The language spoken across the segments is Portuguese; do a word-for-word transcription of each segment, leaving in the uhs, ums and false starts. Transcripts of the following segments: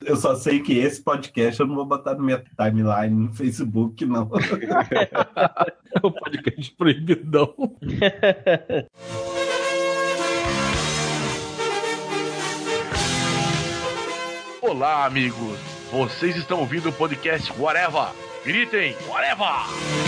Eu só sei que esse podcast eu não vou botar na minha timeline no Facebook, não. É o podcast proibidão. Olá, amigos. Vocês estão ouvindo o podcast Whatever. Gritem, Whatever!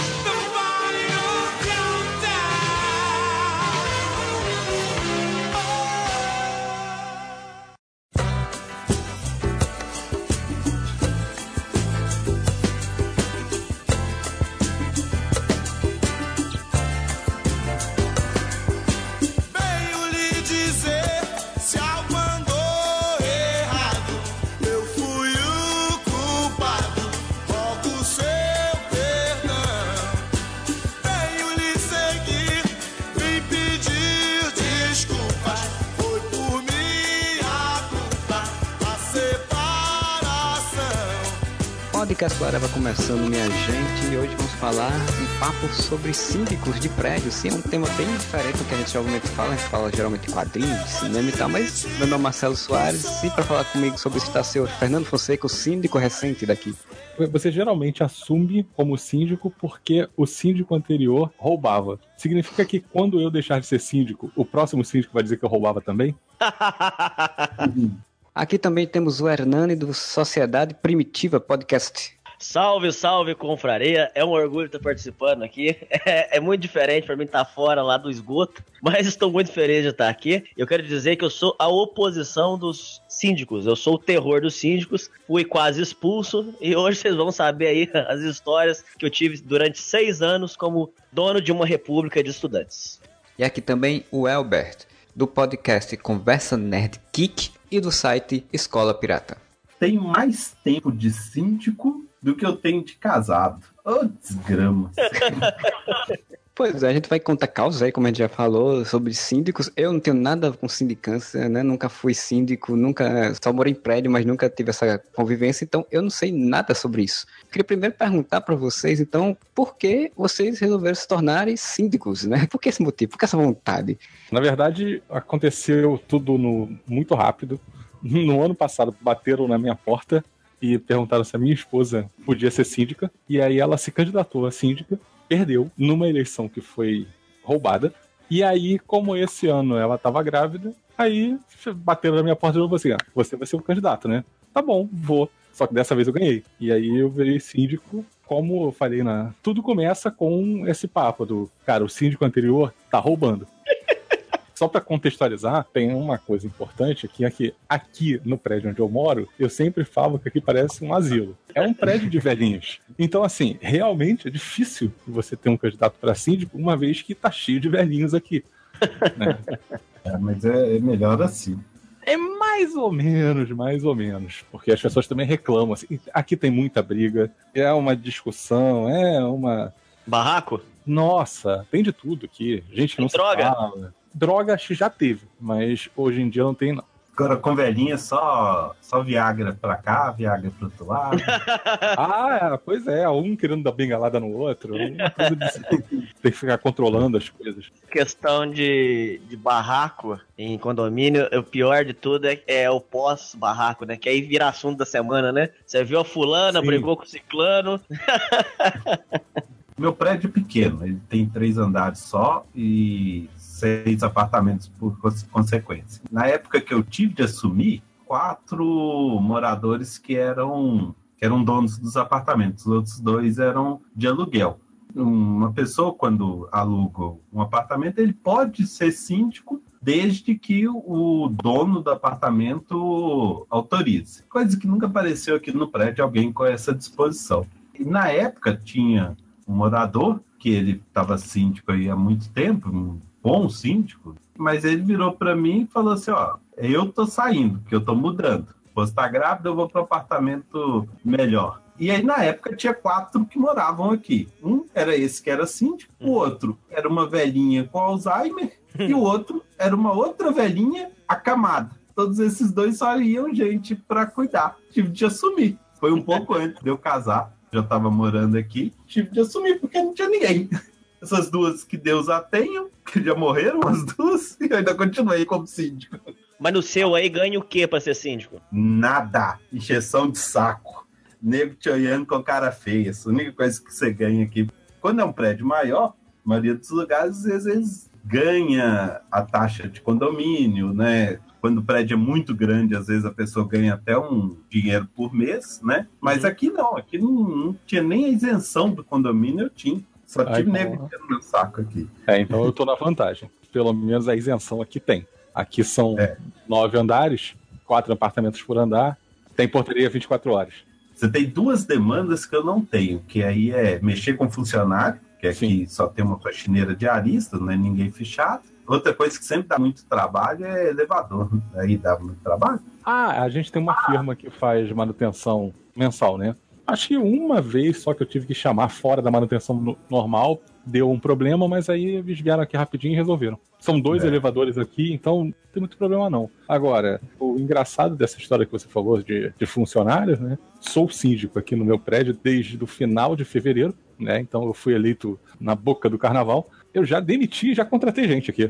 O podcast Whatever começando, minha gente, e hoje vamos falar um papo sobre síndicos de prédios. Sim, é um tema bem diferente do que a gente geralmente fala, a gente fala geralmente de quadrinhos, de cinema e tal, mas meu nome é Marcelo Soares e para falar comigo sobre isso está o senhor Fernando Fonseca, o síndico recente daqui. Você geralmente assume como síndico porque o síndico anterior roubava. Significa que quando eu deixar de ser síndico, o próximo síndico vai dizer que eu roubava também? Aqui também temos o Hernani do Sociedade Primitiva Podcast. Salve, salve, confraria. É um orgulho estar participando aqui. É, é muito diferente para mim estar fora lá do esgoto, mas estou muito feliz de estar aqui. Eu quero dizer que eu sou a oposição dos síndicos. Eu sou o terror dos síndicos. Fui quase expulso e hoje vocês vão saber aí as histórias que eu tive durante seis anos como dono de uma república de estudantes. E aqui também o Elbert, do podcast Conversa Nerd Geek e do site Escola Pirata. Tem mais tempo de síndico do que eu tenho de casado. Ô, oh, desgrama. Pois é, a gente vai contar causas aí, como a gente já falou, sobre síndicos. Eu não tenho nada com sindicância, né? Nunca fui síndico, nunca, só morei em prédio, mas nunca tive essa convivência, então eu não sei nada sobre isso. Queria primeiro perguntar para vocês, então, por que vocês resolveram se tornarem síndicos, né? Por que esse motivo? Por que essa vontade? Na verdade, aconteceu tudo no, muito rápido. No ano passado, bateram na minha porta e perguntaram se a minha esposa podia ser síndica, e aí ela se candidatou a síndica, perdeu numa eleição que foi roubada, e aí, como esse ano ela estava grávida, aí bateram na minha porta e falou assim, ah, você vai ser o candidato, né? Tá bom, vou. Só que dessa vez eu ganhei. E aí eu virei síndico, como eu falei, na... tudo começa com esse papo do, cara, o síndico anterior tá roubando. Só para contextualizar, tem uma coisa importante, que é que aqui no prédio onde eu moro, eu sempre falo que aqui parece um asilo. É um prédio de velhinhos. Então, assim, realmente é difícil você ter um candidato para síndico, uma vez que tá cheio de velhinhos aqui. Né? É, mas é, é melhor assim. É mais ou menos, mais ou menos. Porque as pessoas também reclamam. Assim, aqui tem muita briga, é uma discussão, é uma... Barraco? Nossa, tem de tudo aqui. Gente que não se fala. Droga acho que já teve, mas hoje em dia não tem, não. Agora com velhinha só, só Viagra pra cá, Viagra pro outro lado. Ah, pois é, um querendo dar bengalada no outro. Uma coisa de... Tem que ficar controlando as coisas. Questão de, de barraco em condomínio, o pior de tudo é, é o pós-barraco, né? Que aí vira assunto da semana, né? Você viu a fulana, Sim. brigou com o ciclano. Meu prédio é pequeno, ele tem três andares só e seis apartamentos por consequência. Na época que eu tive de assumir, quatro moradores que eram, que eram donos dos apartamentos, os outros dois eram de aluguel. Uma pessoa, quando aluga um apartamento, ele pode ser síndico desde que o dono do apartamento autorize. Coisa que nunca apareceu aqui no prédio, alguém com essa disposição. E na época tinha um morador, que ele estava síndico aí há muito tempo, um bom síndico, mas ele virou para mim e falou assim, ó, eu tô saindo, porque eu tô mudando. Você tá grávida, eu vou para um apartamento melhor. E aí, na época, tinha quatro que moravam aqui. Um era esse que era síndico, o outro era uma velhinha com Alzheimer, e o outro era uma outra velhinha acamada. Todos esses dois só iam gente para cuidar. Tive de assumir. Foi um pouco antes de eu casar. Já estava morando aqui, tive de assumir, porque não tinha ninguém. Essas duas que Deus a tenham, que já morreram as duas, e eu ainda continuei como síndico. Mas no seu aí ganha o que pra ser síndico? Nada. Injeção de saco. Nego te olhando com cara feia. Essa é a única coisa que você ganha aqui. Quando é um prédio maior, a maioria dos lugares, às vezes, ganha a taxa de condomínio, né? Quando o prédio é muito grande, às vezes a pessoa ganha até um dinheiro por mês, né? Mas uhum. aqui não. Aqui não, não tinha nem a isenção do condomínio, eu tinha. Só tive nego no meu saco aqui. É, então eu tô na vantagem. Pelo menos a isenção aqui tem. Aqui são é. nove andares, quatro apartamentos por andar, tem portaria vinte e quatro horas. Você tem duas demandas que eu não tenho, que aí é mexer com funcionário, que aqui Sim. só tem uma faxineira diarista, não é ninguém fechado. Outra coisa que sempre dá muito trabalho é elevador. Aí dá muito trabalho. Ah, a gente tem uma firma que faz manutenção mensal, né? Acho que uma vez só que eu tive que chamar fora da manutenção normal, deu um problema, mas aí eles vieram aqui rapidinho e resolveram. São dois é. elevadores aqui, então não tem muito problema não. Agora, o engraçado dessa história que você falou de, de funcionários, né? Sou síndico aqui no meu prédio desde o final de fevereiro, né? Então eu fui eleito na boca do carnaval. Eu já demiti, já contratei gente aqui.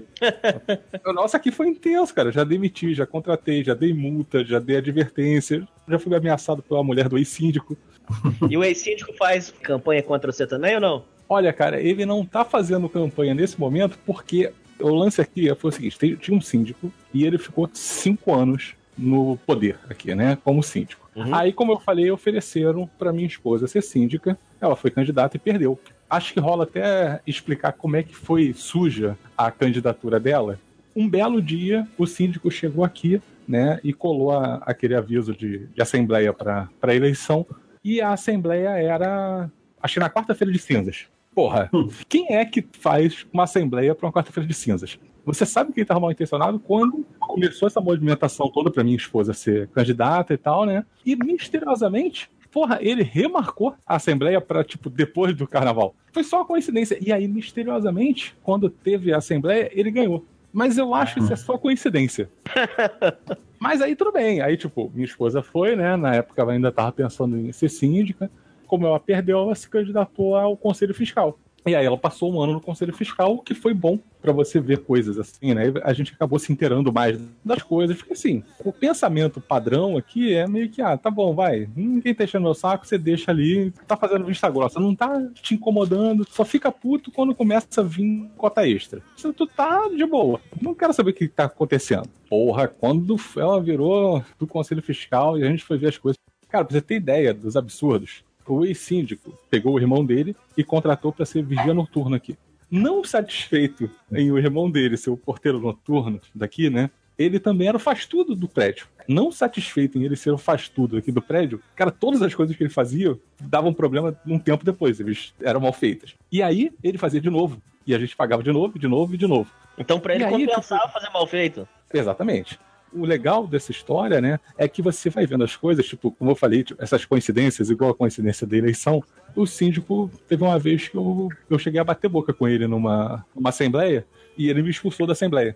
Nossa, aqui foi intenso, cara. Já demiti, já contratei, já dei multa, já dei advertência, já fui ameaçado pela mulher do ex-síndico. E o ex-síndico faz campanha contra você também ou não? Olha, cara, ele não tá fazendo campanha nesse momento porque o lance aqui foi o seguinte, tinha um síndico e ele ficou cinco anos no poder aqui, né, como síndico. Uhum. Aí, como eu falei, ofereceram pra minha esposa ser síndica, ela foi candidata e perdeu. Acho que rola até explicar como é que foi suja a candidatura dela. Um belo dia, o síndico chegou aqui, né, e colou a, aquele aviso de, de assembleia para a eleição, e a assembleia era, acho que na quarta-feira de cinzas. Porra, quem é que faz uma assembleia para uma quarta-feira de cinzas? Você sabe que ele estava mal intencionado quando começou essa movimentação toda para minha esposa ser candidata e tal, né? E misteriosamente, porra, ele remarcou a assembleia para, tipo, depois do carnaval. Foi só uma coincidência. E aí, misteriosamente, quando teve a assembleia, ele ganhou. Mas eu acho que isso é só coincidência. Mas aí tudo bem. Aí, tipo, minha esposa foi, né? Na época ela ainda estava pensando em ser síndica. Como ela perdeu, ela se candidatou ao Conselho Fiscal. E aí ela passou um ano no Conselho Fiscal, o que foi bom para você ver coisas assim, né? A gente acabou se inteirando mais das coisas, porque assim, o pensamento padrão aqui é meio que, ah, tá bom, vai, ninguém tá enchendo meu saco, você deixa ali, tá fazendo vista grossa, não tá te incomodando, só fica puto quando começa a vir cota extra. Você, tu tá de boa, não quero saber o que tá acontecendo. Porra, quando ela virou do Conselho Fiscal e a gente foi ver as coisas, cara, pra você ter ideia dos absurdos, o ex-síndico pegou o irmão dele e contratou para ser vigia noturno aqui. Não satisfeito em o irmão dele ser o porteiro noturno daqui, né? Ele também era o faz-tudo do prédio. Não satisfeito em ele ser o faz-tudo aqui do prédio, cara, todas as coisas que ele fazia davam problema um tempo depois, eles eram mal feitas. E aí ele fazia de novo. E a gente pagava de novo, de novo e de novo. Então pra ele e compensava aí, tipo, fazer mal feito. Exatamente. O legal dessa história, né, é que você vai vendo as coisas, tipo, como eu falei, tipo, essas coincidências, igual a coincidência da eleição. O síndico teve uma vez que eu, eu cheguei a bater boca com ele numa, numa assembleia e ele me expulsou da assembleia.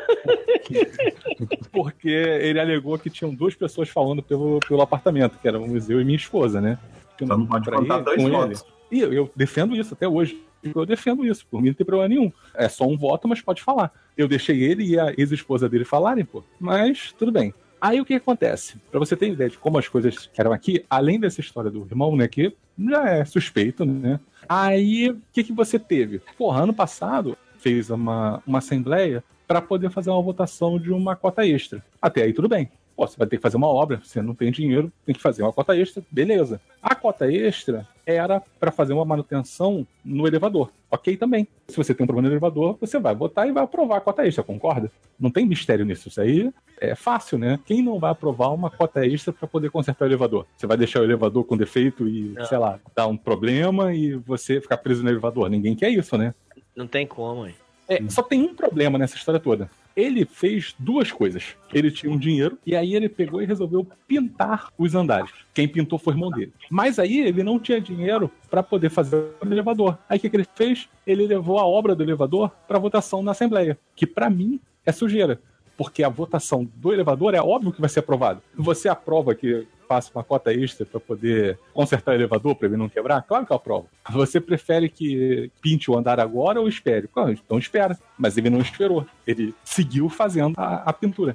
Porque ele alegou que tinham duas pessoas falando pelo, pelo apartamento, que eram eu e minha esposa, né? Só não pode contar dois votos. E eu, eu defendo isso até hoje. Eu defendo isso, por mim não tem problema nenhum. É só um voto, mas pode falar. Eu deixei ele e a ex-esposa dele falarem, pô. Mas tudo bem. Aí o que acontece? Pra você ter ideia de como as coisas eram aqui, além dessa história do irmão, né, que já é suspeito, né? Aí o que, que você teve? Porra, ano passado fez uma, uma assembleia para poder fazer uma votação de uma cota extra. Até aí tudo bem. Pô, você vai ter que fazer uma obra, você não tem dinheiro, tem que fazer uma cota extra, beleza. A cota extra era para fazer uma manutenção no elevador, ok também. Se você tem um problema no elevador, você vai votar e vai aprovar a cota extra, concorda? Não tem mistério nisso, isso aí é fácil, né? Quem não vai aprovar uma cota extra para poder consertar o elevador? Você vai deixar o elevador com defeito e, não. sei lá, dar um problema e você ficar preso no elevador? Ninguém quer isso, né? Não tem como, hein? É, só tem um problema nessa história toda. Ele fez duas coisas. Ele tinha um dinheiro e aí ele pegou e resolveu pintar os andares. Quem pintou foi o irmão dele. Mas aí ele não tinha dinheiro para poder fazer o elevador. Aí o que, que ele fez? Ele levou a obra do elevador para votação na Assembleia, que para mim é sujeira. Porque a votação do elevador é óbvio que vai ser aprovado. Você aprova que faça uma cota extra para poder consertar o elevador, para ele não quebrar? Claro que eu aprovo. Você prefere que pinte o andar agora ou espere? Então espera. Mas ele não esperou. Ele seguiu fazendo a, a pintura.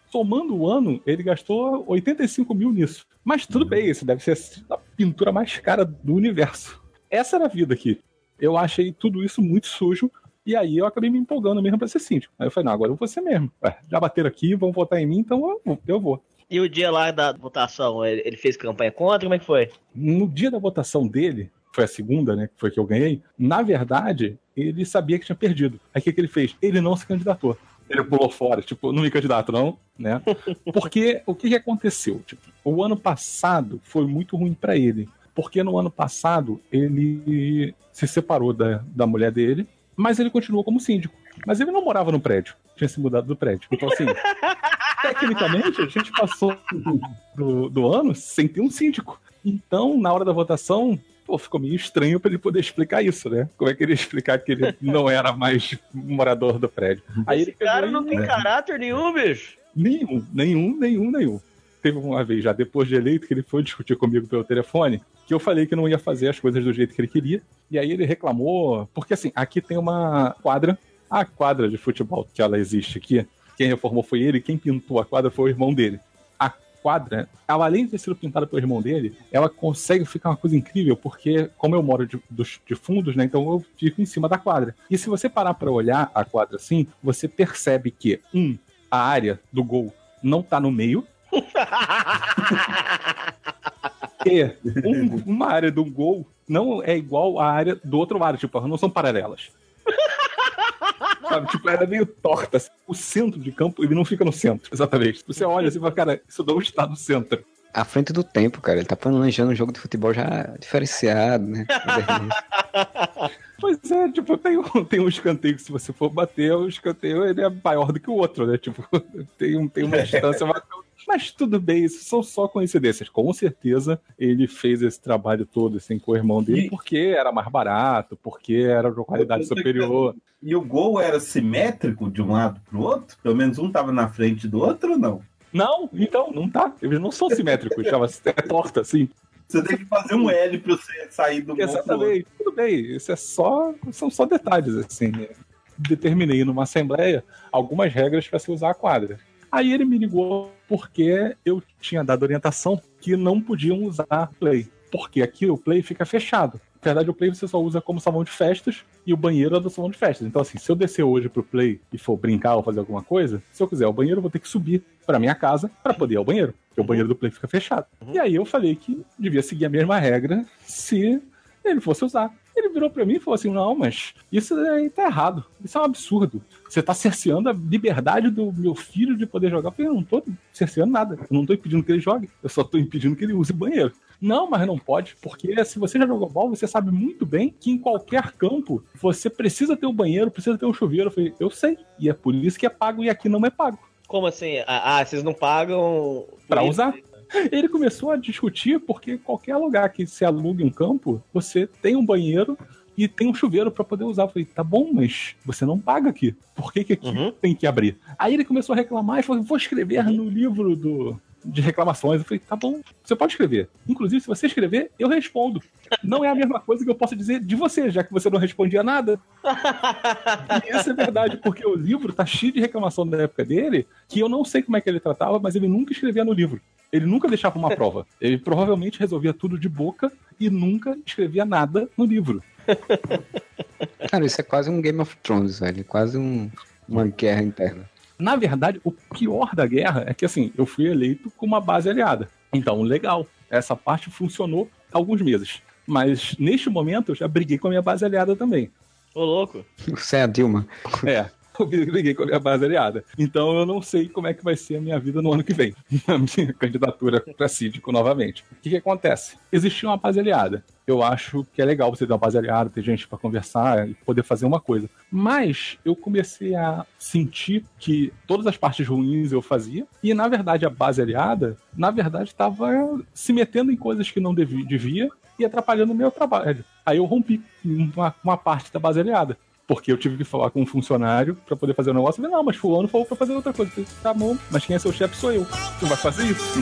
Somando o ano, ele gastou oitenta e cinco mil nisso. Mas tudo bem, isso deve ser a pintura mais cara do universo. Essa era a vida aqui. Eu achei tudo isso muito sujo, e aí eu acabei me empolgando mesmo pra ser síndico. Aí eu falei, não, agora eu vou ser mesmo. Ué, já bateram aqui, vão votar em mim, então eu, eu vou. E o dia lá da votação, ele fez campanha contra? Como é que foi? No dia da votação dele, foi a segunda, né, que foi que eu ganhei, na verdade, ele sabia que tinha perdido. Aí o que, que ele fez? Ele não se candidatou. Ele pulou fora, tipo, não me candidato não, né? Porque o que, que aconteceu? Tipo, o ano passado foi muito ruim pra ele. Porque no ano passado ele se separou da, da mulher dele, mas ele continuou como síndico. Mas ele não morava no prédio, tinha se mudado do prédio. Então, assim, tecnicamente, a gente passou do, do ano sem ter um síndico. Então, na hora da votação, pô, ficou meio estranho pra ele poder explicar isso, né? Como é que ele ia explicar que ele não era mais morador do prédio? Aí Esse ele cara e... não tem caráter nenhum, bicho. Nenhum, nenhum, nenhum, nenhum. Teve uma vez já, depois de eleito, que ele foi discutir comigo pelo telefone, que eu falei que não ia fazer as coisas do jeito que ele queria. E aí ele reclamou, porque assim, aqui tem uma quadra, a quadra de futebol que ela existe aqui, quem reformou foi ele, quem pintou a quadra foi o irmão dele. A quadra, ela além de ter sido pintada pelo irmão dele, ela consegue ficar uma coisa incrível, porque como eu moro de, dos, de fundos, né, então eu fico em cima da quadra. E se você parar pra olhar a quadra assim, você percebe que, um, a área do gol não tá no meio, e um, uma área do gol não é igual à área do outro lado, tipo, elas não são paralelas. Sabe, tipo, era meio torta. O centro de campo, ele não fica no centro, exatamente. Você olha assim e fala, cara, isso não está no centro. À frente do tempo, cara. Ele tá planejando um jogo de futebol já diferenciado, né? Pois é, tipo, tem um, tem um escanteio que se você for bater, o escanteio ele é maior do que o outro, né? Tipo, tem, um, tem uma distância maior. Mas tudo bem, isso são só coincidências. Com certeza ele fez esse trabalho todo assim, com o irmão dele, porque era mais barato, porque era de qualidade superior. E o gol era simétrico de um lado pro outro? Pelo menos um tava na frente do outro ou não? Não, então, não tá. Eles não são simétricos, chama é torta, assim. Você tem que fazer um L pra você sair do gol. Exatamente, tudo bem. Isso é só, são só detalhes, assim. Determinei numa assembleia algumas regras para se usar a quadra. Aí ele me ligou porque eu tinha dado orientação que não podiam usar Play. Porque aqui o Play fica fechado. Na verdade, o Play você só usa como salão de festas e o banheiro é do salão de festas. Então, assim, se eu descer hoje pro Play e for brincar ou fazer alguma coisa, se eu quiser ao banheiro, eu vou ter que subir pra minha casa pra poder ir ao banheiro. Porque o banheiro do Play fica fechado. Uhum. E aí eu falei que devia seguir a mesma regra se ele fosse usar. Ele virou pra mim e falou assim, não, mas isso aí tá errado. Isso é um absurdo. Você tá cerceando a liberdade do meu filho de poder jogar. Eu falei, eu não tô cerceando nada. Eu não tô impedindo que ele jogue. Eu só tô impedindo que ele use banheiro. Não, mas não pode, porque se você já jogou bola, você sabe muito bem que em qualquer campo você precisa ter um banheiro, precisa ter um chuveiro. Eu falei, eu sei. E é por isso que é pago e aqui não é pago. Como assim? Ah, vocês não pagam... Pra usar. Ele começou a discutir porque qualquer lugar que se alugue um campo, você tem um banheiro e tem um chuveiro pra poder usar. Eu falei, tá bom, mas você não paga aqui. Por que que aqui uhum. tem que abrir? Aí ele começou a reclamar e falou, vou escrever uhum. no livro do... de reclamações. Eu falei, tá bom, você pode escrever. Inclusive, se você escrever, eu respondo. Não é a mesma coisa que eu posso dizer de você, já que você não respondia nada. E isso é verdade, porque o livro tá cheio de reclamação da época dele, que eu não sei como é que ele tratava, mas ele nunca escrevia no livro. Ele nunca deixava uma prova. Ele provavelmente resolvia tudo de boca e nunca escrevia nada no livro. Cara, isso é quase um Game of Thrones, velho. Quase um, uma guerra interna. Na verdade, o pior da guerra é que, assim, eu fui eleito com uma base aliada. Então, legal. Essa parte funcionou alguns meses. Mas, neste momento, eu já briguei com a minha base aliada também. Ô, louco. Você é a Dilma. É. Eu briguei com a minha base aliada. Então, eu não sei como é que vai ser a minha vida no ano que vem. A minha candidatura para síndico novamente. O que que acontece? Existia uma base aliada. Eu acho que é legal você ter uma base aliada, ter gente para conversar e poder fazer uma coisa. Mas eu comecei a sentir que todas as partes ruins eu fazia e, na verdade, a base aliada, na verdade, estava se metendo em coisas que não devia, devia e atrapalhando o meu trabalho. Aí eu rompi uma, uma parte da base aliada. Porque eu tive que falar com um funcionário pra poder fazer o um negócio. Eu falei, não, mas fulano falou pra fazer outra coisa. Eu falei, tá bom, mas quem é seu chefe sou eu. Você vai fazer isso?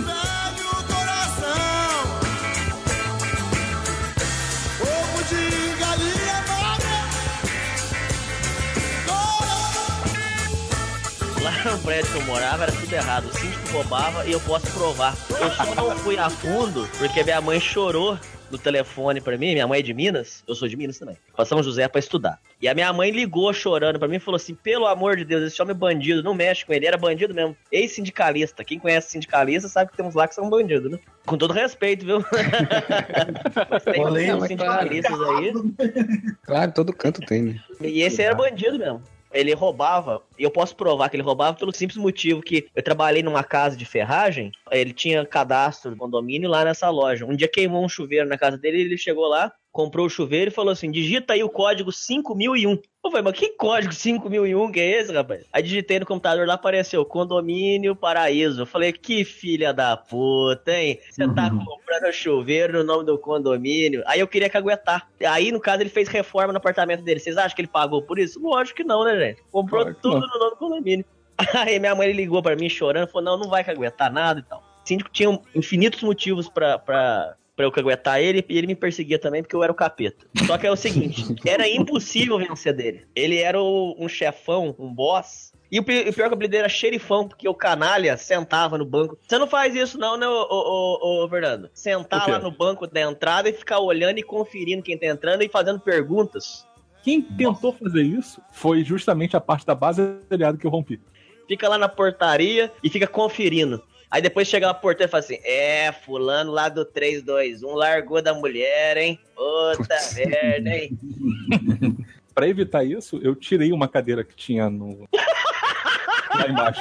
Lá no prédio que eu morava era tudo errado. O síndico roubava e eu posso provar. Eu só não fui a fundo porque minha mãe chorou no telefone pra mim. Minha mãe é de Minas, eu sou de Minas também. Pra São José pra estudar. E a minha mãe ligou chorando pra mim e falou assim: pelo amor de Deus, esse homem é bandido, não mexe com ele. Era bandido mesmo. Ex-sindicalista. Quem conhece sindicalista sabe que temos lá que são bandidos, né? Com todo respeito, viu? Mas tem Olha, uns sindicalistas aí. Claro, todo canto tem, né? E esse era bandido mesmo. Ele roubava, e eu posso provar que ele roubava pelo simples motivo que eu trabalhei numa casa de ferragem, ele tinha cadastro do condomínio lá nessa loja. Um dia queimou um chuveiro na casa dele, ele chegou lá, comprou o chuveiro e falou assim: digita aí o código cinco mil e um. Eu falei, mas que código cinco mil e um que é esse, rapaz? Aí digitei no computador, lá apareceu Condomínio Paraíso. Eu falei, que filha da puta, hein? Você tá Uhum. comprando chuveiro no nome do condomínio. Aí eu queria caguetar. Aí, no caso, ele fez reforma no apartamento dele. Vocês acham que ele pagou por isso? Lógico que não, né, gente? Comprou Claro que tudo não. no nome do condomínio. Aí minha mãe ligou pra mim chorando, falou, não, não vai caguetar nada e tal. O síndico tinha infinitos motivos pra... pra... pra eu caguetar ele, e ele me perseguia também porque eu era o capeta. Só que é o seguinte, era impossível vencer dele. Ele era o- um chefão, um boss, e o, pi- o pior que o apelido dele era xerifão, porque o canalha sentava no banco. Você não faz isso não, né, ô, ô, ô, ô, Fernando? O Sentar quê? lá no banco da entrada e ficar olhando e conferindo quem tá entrando e fazendo perguntas. Quem tentou fazer isso foi justamente a parte da base aliada que eu rompi. Fica lá na portaria e fica conferindo. Aí depois chega na porteira e fala assim: é, fulano lá do três dois um largou da mulher, hein? Puta merda, hein? Pra evitar isso, eu tirei uma cadeira que tinha no... lá embaixo.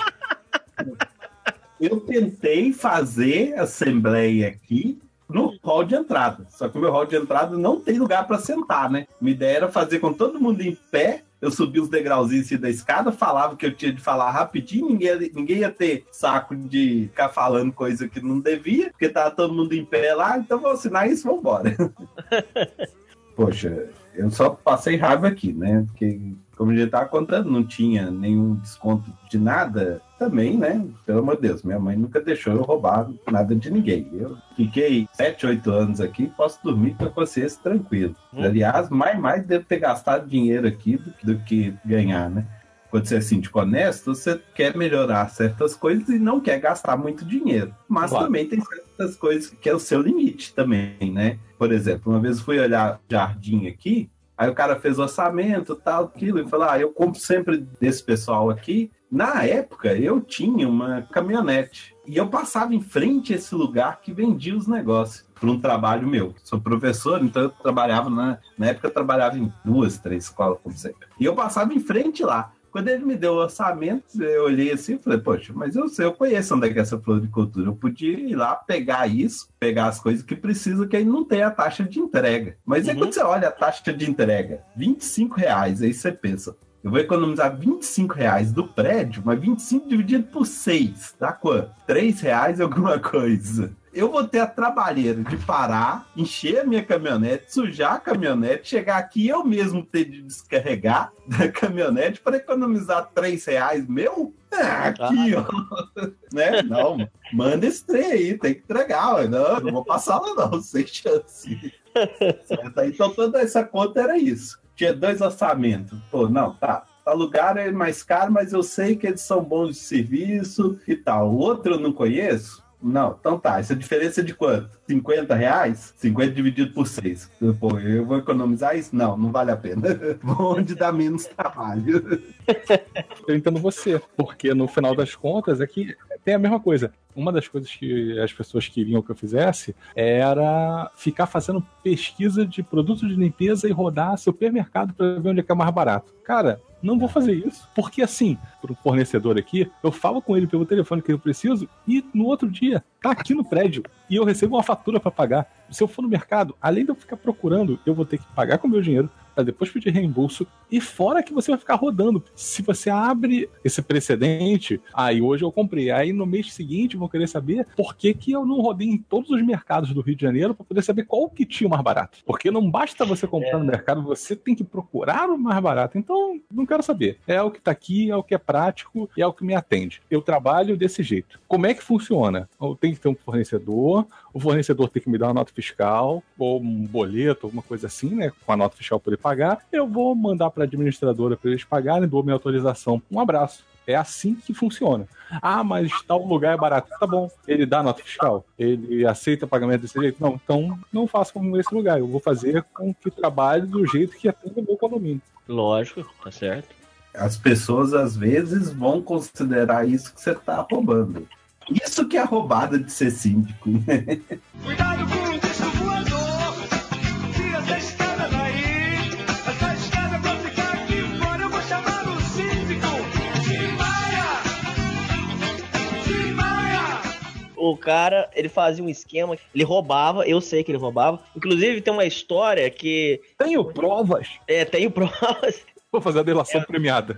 Eu tentei fazer assembleia aqui no hall de entrada. Só que o meu hall de entrada não tem lugar para sentar, né? Minha ideia era fazer com todo mundo em pé. Eu subi os degrauzinhos assim da escada, falava que eu tinha de falar rapidinho, ninguém, ninguém ia ter saco de ficar falando coisa que não devia, porque tava todo mundo em pé lá, então vou assinar isso e vou embora. Poxa, eu só passei raiva aqui, né? Porque, como a gente tava contando, não tinha nenhum desconto de nada também, né? Pelo amor de Deus, minha mãe nunca deixou eu roubar nada de ninguém. Eu fiquei sete, oito anos aqui, posso dormir com a consciência tranquila. Hum. Aliás, mais, mais devo ter gastado dinheiro aqui do que, do que ganhar, né? Quando você é síndico honesto, você quer melhorar certas coisas e não quer gastar muito dinheiro. Mas Claro. também tem certas coisas que é o seu limite também, né? Por exemplo, uma vez eu fui olhar jardim aqui, aí o cara fez orçamento, tal, aquilo, e falou, ah, eu compro sempre desse pessoal aqui. Na época, eu tinha uma caminhonete e eu passava em frente a esse lugar que vendia os negócios para um trabalho meu. Sou professor, então eu trabalhava, na, na época eu trabalhava em duas, três escolas, como sempre. E eu passava em frente lá. Quando ele me deu o orçamento, eu olhei assim e falei, poxa, mas eu sei, eu conheço onde é que é essa floricultura. Eu podia ir lá pegar isso, pegar as coisas que precisa, que aí não tem a taxa de entrega. Mas aí Uhum. quando você olha a taxa de entrega, vinte e cinco reais, aí você pensa, eu vou economizar vinte e cinco reais do prédio, mas vinte e cinco dividido por seis, dá quanto? três reais alguma coisa. Eu vou ter a trabalheira de parar, encher a minha caminhonete, sujar a caminhonete, chegar aqui e eu mesmo ter de descarregar da caminhonete para economizar três reais meu? Ah, aqui, ó. Né? Não, manda esse trem aí, tem que entregar. Ó. Não, não vou passar lá não, sem chance. Certo? Então toda essa conta era isso. Tinha dois orçamentos. Pô, não, tá. Tal lugar é mais caro, mas eu sei que eles são bons de serviço e tal. O outro eu não conheço. Não, então tá. Essa diferença é de quanto? cinquenta reais? cinquenta dividido por seis. Pô, eu vou economizar isso? Não, não vale a pena. Vou onde dá menos trabalho. Eu entendo você, porque no final das contas é que tem a mesma coisa. Uma das coisas que as pessoas queriam que eu fizesse era ficar fazendo pesquisa de produtos de limpeza e rodar supermercado para ver onde é que é mais barato. Cara, não vou fazer isso, porque assim, para um fornecedor aqui, eu falo com ele pelo telefone que eu preciso e no outro dia tá aqui no prédio e eu recebo uma fatura para pagar. Se eu for no mercado, além de eu ficar procurando, eu vou ter que pagar com o meu dinheiro para depois pedir reembolso, e fora que você vai ficar rodando. Se você abre esse precedente, aí hoje eu comprei, aí no mês seguinte vão querer saber por que que eu não rodei em todos os mercados do Rio de Janeiro para poder saber qual que tinha o mais barato. Porque não basta você comprar É. no mercado, você tem que procurar o mais barato. Então, não quero saber. É o que tá aqui, é o que é prático e é o que me atende. Eu trabalho desse jeito. Como é que funciona? Eu tenho que ter um fornecedor, o fornecedor tem que me dar uma nota fiscal, ou um boleto, alguma coisa assim, né? Com a nota fiscal para poder pagar. Eu vou mandar para a administradora para eles pagarem, dou minha autorização. Um abraço. É assim que funciona. Ah, mas tal lugar é barato. Tá bom. Ele dá nota fiscal? Ele aceita pagamento desse jeito? Não, então não faça como esse lugar. Eu vou fazer com que trabalhe do jeito que atenda o meu condomínio. Lógico, tá certo. As pessoas, às vezes, vão considerar isso que você está roubando. Isso que é roubada de ser síndico. Cuidado com o disco voador. Tira essa escada daí. Essa escada pra ficar aqui fora. Eu vou chamar o síndico. Timaya! Timaya! O cara, ele fazia um esquema, ele roubava, eu sei que ele roubava. Inclusive, tem uma história que... Tenho provas. É, tenho provas. Vou fazer a delação é. premiada.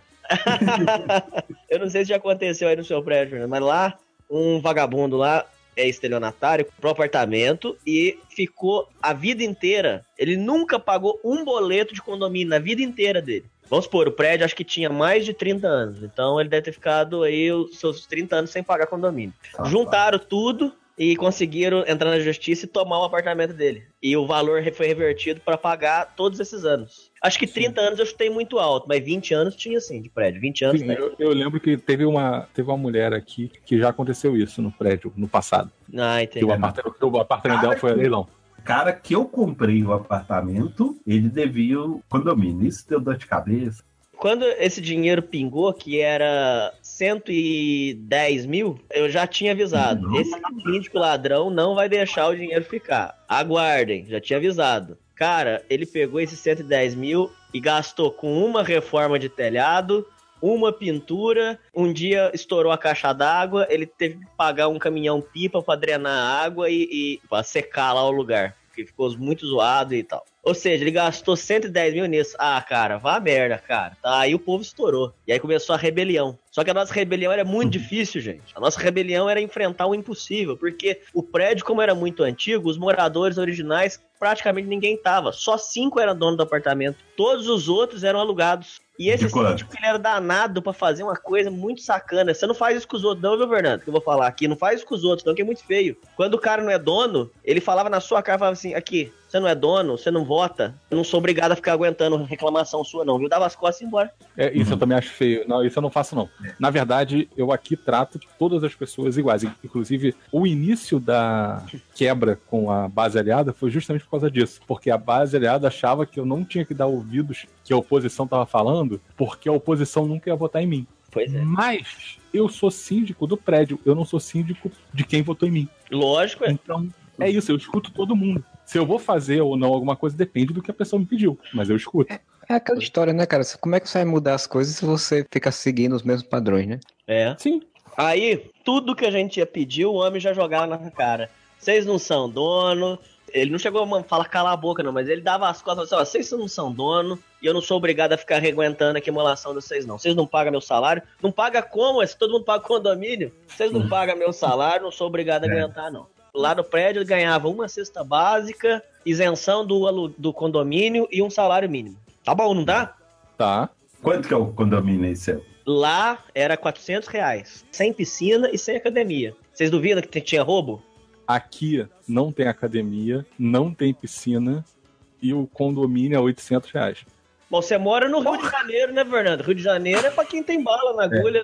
Eu não sei se já aconteceu aí no seu prédio, mas lá, um vagabundo lá é estelionatário pro apartamento e ficou a vida inteira. Ele nunca pagou um boleto de condomínio na vida inteira dele. Vamos supor, o prédio acho que tinha mais de trinta anos. Então ele deve ter ficado aí os seus trinta anos sem pagar condomínio. Ah, Juntaram tá. tudo e conseguiram entrar na justiça e tomar o apartamento dele. E o valor foi revertido para pagar todos esses anos. Acho que trinta sim. anos eu chutei muito alto, mas vinte anos tinha sim de prédio. vinte anos sim, eu, eu lembro que teve uma, teve uma mulher aqui que já aconteceu isso no prédio, no passado. Ah, entendi. Que o apartamento, o apartamento dela foi a leilão. Cara que eu comprei o apartamento, ele devia o condomínio. Isso deu dor de cabeça. Quando esse dinheiro pingou, que era cento e dez mil, eu já tinha avisado. Uhum. Esse síndico ladrão não vai deixar o dinheiro ficar. Aguardem, já tinha avisado. Cara, ele pegou esses cento e dez mil e gastou com uma reforma de telhado, uma pintura, um dia estourou a caixa d'água, ele teve que pagar um caminhão-pipa para drenar a água e, e para secar lá o lugar, porque ficou muito zoado e tal. Ou seja, ele gastou cento e dez mil nisso. Ah, cara, vá a merda, cara. Tá, aí o povo estourou. E aí começou a rebelião. Só que a nossa rebelião era muito difícil, gente. A nossa rebelião era enfrentar o impossível, porque o prédio, como era muito antigo, os moradores originais, praticamente ninguém tava. Só cinco eram donos do apartamento. Todos os outros eram alugados. E esse síndico, ele era danado pra fazer uma coisa muito sacana. Você não faz isso com os outros não, viu, Fernando? Que eu vou falar aqui. Não faz isso com os outros não, que é muito feio. Quando o cara não é dono, ele falava na sua cara, falava assim, aqui, você não é dono, você não vota, eu não sou obrigado a ficar aguentando reclamação sua não, viu? Dava as costas e ia embora. É, isso eu também acho feio. Não, isso eu não faço não. Na verdade, eu aqui trato todas as pessoas iguais. Inclusive, o início da quebra com a base aliada foi justamente por causa disso. Porque a base aliada achava que eu não tinha que dar ouvidos que a oposição estava falando, porque a oposição nunca ia votar em mim. Pois é. Mas eu sou síndico do prédio, eu não sou síndico de quem votou em mim. Lógico, é. Então, é isso, eu escuto todo mundo. Se eu vou fazer ou não alguma coisa, depende do que a pessoa me pediu, mas eu escuto. É, é aquela história, né, cara? Como é que você vai mudar as coisas se você fica seguindo os mesmos padrões, né? É. Sim. Aí, tudo que a gente ia pedir, o homem já jogava na cara. Vocês não são dono. Ele não chegou a falar calar a boca, não, mas ele dava as costas e falou assim, ó, vocês não são dono e eu não sou obrigado a ficar aguentando a acumulação de vocês, não. Vocês não pagam meu salário. Não paga como? Se todo mundo paga condomínio. Vocês não pagam meu salário, não sou obrigado a aguentar, não. Lá no prédio ele ganhava uma cesta básica, isenção do, do condomínio e um salário mínimo. Tá bom, não dá? Tá. Quanto que é o condomínio aí, seu? Lá era quatrocentos reais, sem piscina e sem academia. Vocês duvidam que tinha roubo? Aqui não tem academia, não tem piscina e o condomínio é oitocentos reais. Bom, você mora no Rio de Janeiro, né, Fernando? Rio de Janeiro é pra quem tem bala na agulha.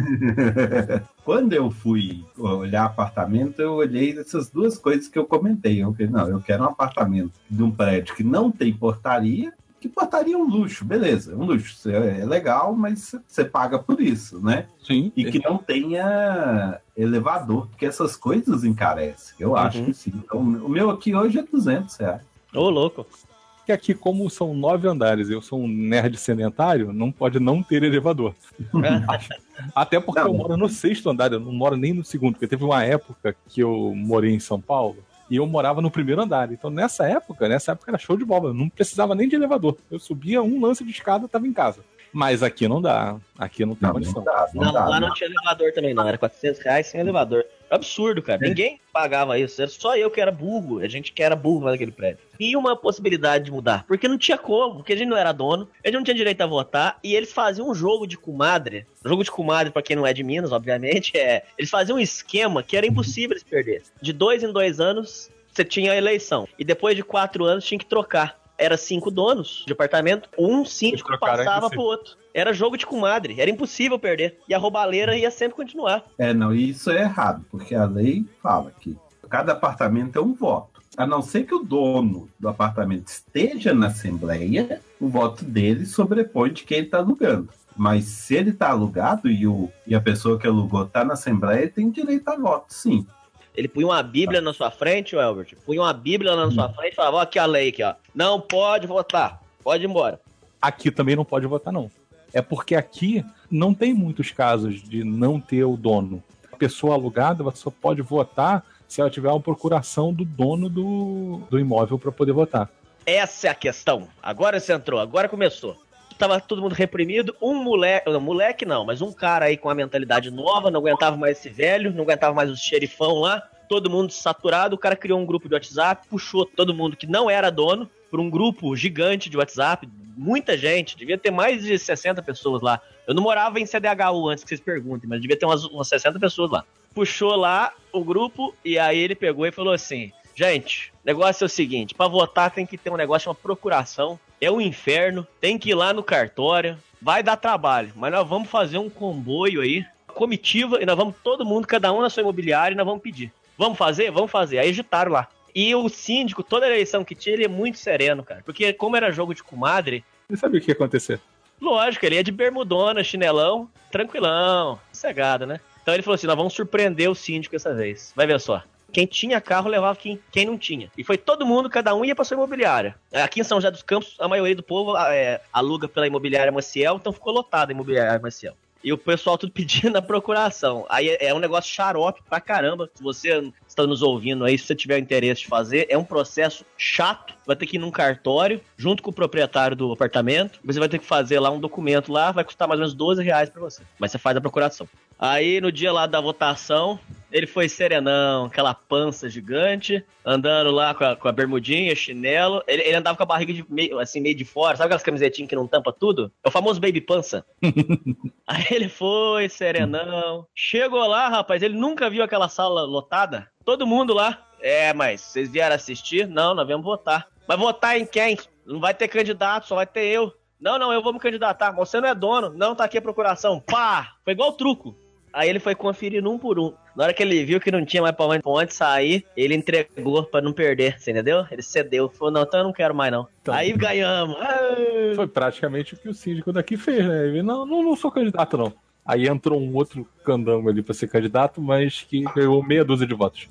É. Quando eu fui olhar apartamento, eu olhei essas duas coisas que eu comentei. Eu falei, não, eu quero um apartamento de um prédio que não tem portaria, que portaria é um luxo, beleza, é um luxo. É legal, mas você paga por isso, né? Sim. E que não tenha elevador, porque essas coisas encarecem. Eu uhum. acho que sim. Então, o meu aqui hoje é duzentos reais. Ô, louco. Que aqui, como são nove andares, eu sou um nerd sedentário, não pode não ter elevador. Até porque não. eu moro no sexto andar, eu não moro nem no segundo, porque teve uma época que eu morei em São Paulo e eu morava no primeiro andar. Então, nessa época, nessa época era show de bola, eu não precisava nem de elevador. Eu subia um lance de escada e estava em casa. Mas aqui não dá, aqui não tem não, condição. Não dá, não não, dá, lá não, não tinha elevador também não, era quatrocentos reais sem elevador. Absurdo, cara. É. Ninguém pagava isso. Era só eu que era burro. A gente que era burro lá naquele prédio. E uma possibilidade de mudar. Porque não tinha como. Porque a gente não era dono. A gente não tinha direito a votar. E eles faziam um jogo de comadre. Jogo de comadre, pra quem não é de Minas, obviamente, é... Eles faziam um esquema que era impossível eles perderem. De dois em dois anos, você tinha a eleição. E depois de quatro anos, tinha que trocar. era cinco donos de apartamento, um síndico trocaram, é passava impossível. pro outro. Era jogo de comadre, era impossível perder. E a roubalheira ia sempre continuar. É, não, e isso é errado, porque a lei fala que cada apartamento é um voto. A não ser que o dono do apartamento esteja na assembleia, o voto dele sobrepõe de quem ele está alugando. Mas se ele está alugado e, o, e a pessoa que alugou está na assembleia, tem direito a voto, sim. Ele punha uma bíblia na sua frente, o Elbert. Punha uma bíblia na sua frente e falava, ó, aqui a lei aqui, ó. Não pode votar, pode ir embora. Aqui também não pode votar, não. É porque aqui não tem muitos casos de não ter o dono. A pessoa alugada ela só pode votar se ela tiver uma procuração do dono do, do imóvel para poder votar. Essa é a questão. Agora você entrou, agora começou. Tava todo mundo reprimido, um moleque, não, moleque não, mas um cara aí com a mentalidade nova, não aguentava mais esse velho, não aguentava mais o xerifão lá, todo mundo saturado, o cara criou um grupo de WhatsApp, puxou todo mundo que não era dono para um grupo gigante de WhatsApp, muita gente, devia ter mais de sessenta pessoas lá. Eu não morava em C D H U antes que vocês perguntem, mas devia ter umas, umas sessenta pessoas lá. Puxou lá o grupo e aí ele pegou e falou assim, gente, o negócio é o seguinte, para votar tem que ter um negócio, uma procuração, é um inferno, tem que ir lá no cartório, vai dar trabalho, mas nós vamos fazer um comboio aí, comitiva, e nós vamos todo mundo, cada um na sua imobiliária, e nós vamos pedir. Vamos fazer? Vamos fazer. Aí agitaram lá. E o síndico, toda eleição que tinha, ele é muito sereno, cara. Porque como era jogo de comadre... Você sabia o que ia acontecer? Lógico, ele ia de bermudona, chinelão, tranquilão, sossegado, né? Então ele falou assim, nós vamos surpreender o síndico essa vez. Vai ver só. Quem tinha carro levava quem, quem não tinha. E foi todo mundo, cada um ia pra sua imobiliária. Aqui em São José dos Campos, a maioria do povo é, aluga pela imobiliária Maciel, então ficou lotada a imobiliária Maciel. E o pessoal tudo pedindo a procuração. Aí é, é um negócio xarope pra caramba. Se você está nos ouvindo aí, se você tiver interesse de fazer, é um processo chato. Vai ter que ir num cartório, junto com o proprietário do apartamento. Você vai ter que fazer lá um documento lá, vai custar mais ou menos doze reais pra você. Mas você faz a procuração. Aí no dia lá da votação, ele foi serenão, aquela pança gigante, andando lá com a, com a bermudinha, chinelo. Ele, ele andava com a barriga de meio, assim, meio de fora. Sabe aquelas camisetinhas que não tampa tudo? É o famoso baby pança. Aí ele foi, serenão. Chegou lá, rapaz, ele nunca viu aquela sala lotada. Todo mundo lá. É, mas vocês vieram assistir? Não, nós viemos votar. Mas votar em quem? Não vai ter candidato, só vai ter eu. Não, não, eu vou me candidatar. Mas você não é dono. Não, tá aqui a procuração. Pá! Foi igual truco. Aí ele foi conferindo um por um. Na hora que ele viu que não tinha mais pra onde, pra onde sair, ele entregou pra não perder, você entendeu? Ele cedeu. Falou, não, então eu não quero mais não. Então, aí ganhamos. Ai. Foi praticamente o que o síndico daqui fez, né? Ele, não, não, não sou candidato, não. Aí entrou um outro candango ali pra ser candidato, mas que ganhou meia dúzia de votos.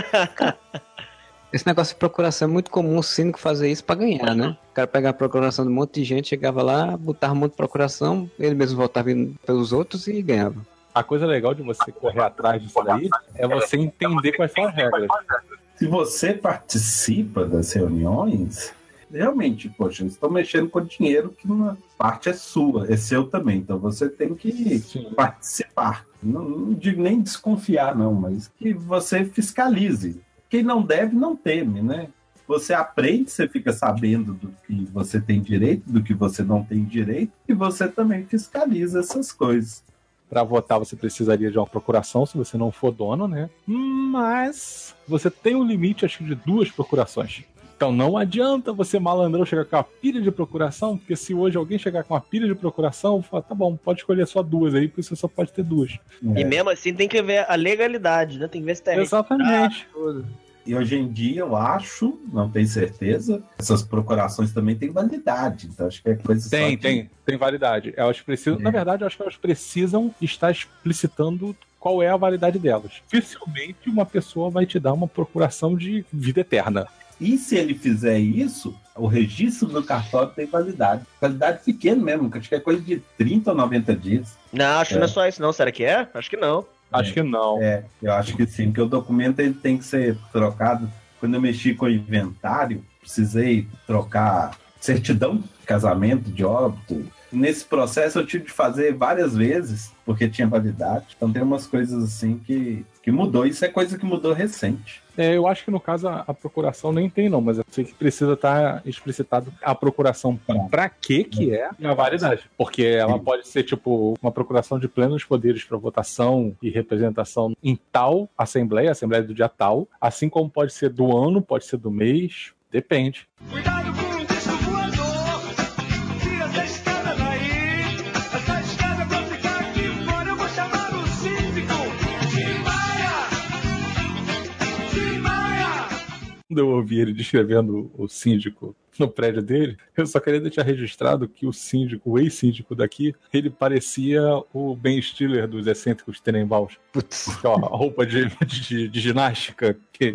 Esse negócio de procuração é muito comum o síndico fazer isso pra ganhar, né? O cara pegar a procuração de um monte de gente, chegava lá, botava um monte de procuração, ele mesmo votava pelos outros e ganhava. A coisa legal de você correr atrás disso daí é você entender quais são as regras. Se você participa das reuniões, realmente, poxa, eles estão mexendo com dinheiro que uma parte é sua, é seu também. Então você tem que Sim. participar. Não, não digo nem desconfiar, não, mas que você fiscalize. Quem não deve, não teme, né? Você aprende, você fica sabendo do que você tem direito, do que você não tem direito, e você também fiscaliza essas coisas. Para votar, você precisaria de uma procuração, se você não for dono, né? Mas você tem um limite, acho que, de duas procurações. Então não adianta você, malandrão, chegar com uma pilha de procuração, porque se hoje alguém chegar com uma pilha de procuração, fala, tá bom, pode escolher só duas aí, porque você só pode ter duas. É. E mesmo assim tem que ver a legalidade, né? Tem que ver se tá Exatamente. Tudo. E hoje em dia, eu acho, não tenho certeza, essas procurações também têm validade. Então, acho que é coisa Tem, só de... tem, tem validade. Elas precisam, é. Na verdade, eu acho que elas precisam estar explicitando qual é a validade delas. Dificilmente uma pessoa vai te dar uma procuração de vida eterna. E se ele fizer isso, o registro do cartório tem validade. Validade pequena mesmo, acho que é coisa de trinta ou noventa dias. Não, acho é. que não é só isso não. Será que é? Acho que não. Acho é, que não. É, eu acho que sim, porque o documento ele tem que ser trocado. Quando eu mexi com o inventário, precisei trocar certidão de casamento, de óbito. Nesse processo eu tive de fazer várias vezes, porque tinha validade. Então tem umas coisas assim que, que mudou. Isso é coisa que mudou recente. É, eu acho que no caso a, a procuração nem tem não, mas eu sei que precisa estar explicitado a procuração para que que é e a validade. Porque ela Sim. pode ser tipo uma procuração de plenos poderes para votação e representação em tal assembleia, assembleia do dia tal, assim como pode ser do ano, pode ser do mês, depende. Cuidado com o disco quando eu ouvi ele descrevendo o síndico no prédio dele, eu só queria deixar registrado que o síndico, o ex-síndico daqui, ele parecia o Ben Stiller dos Excêntricos Tenenbaums. Putz, a roupa de, de, de ginástica que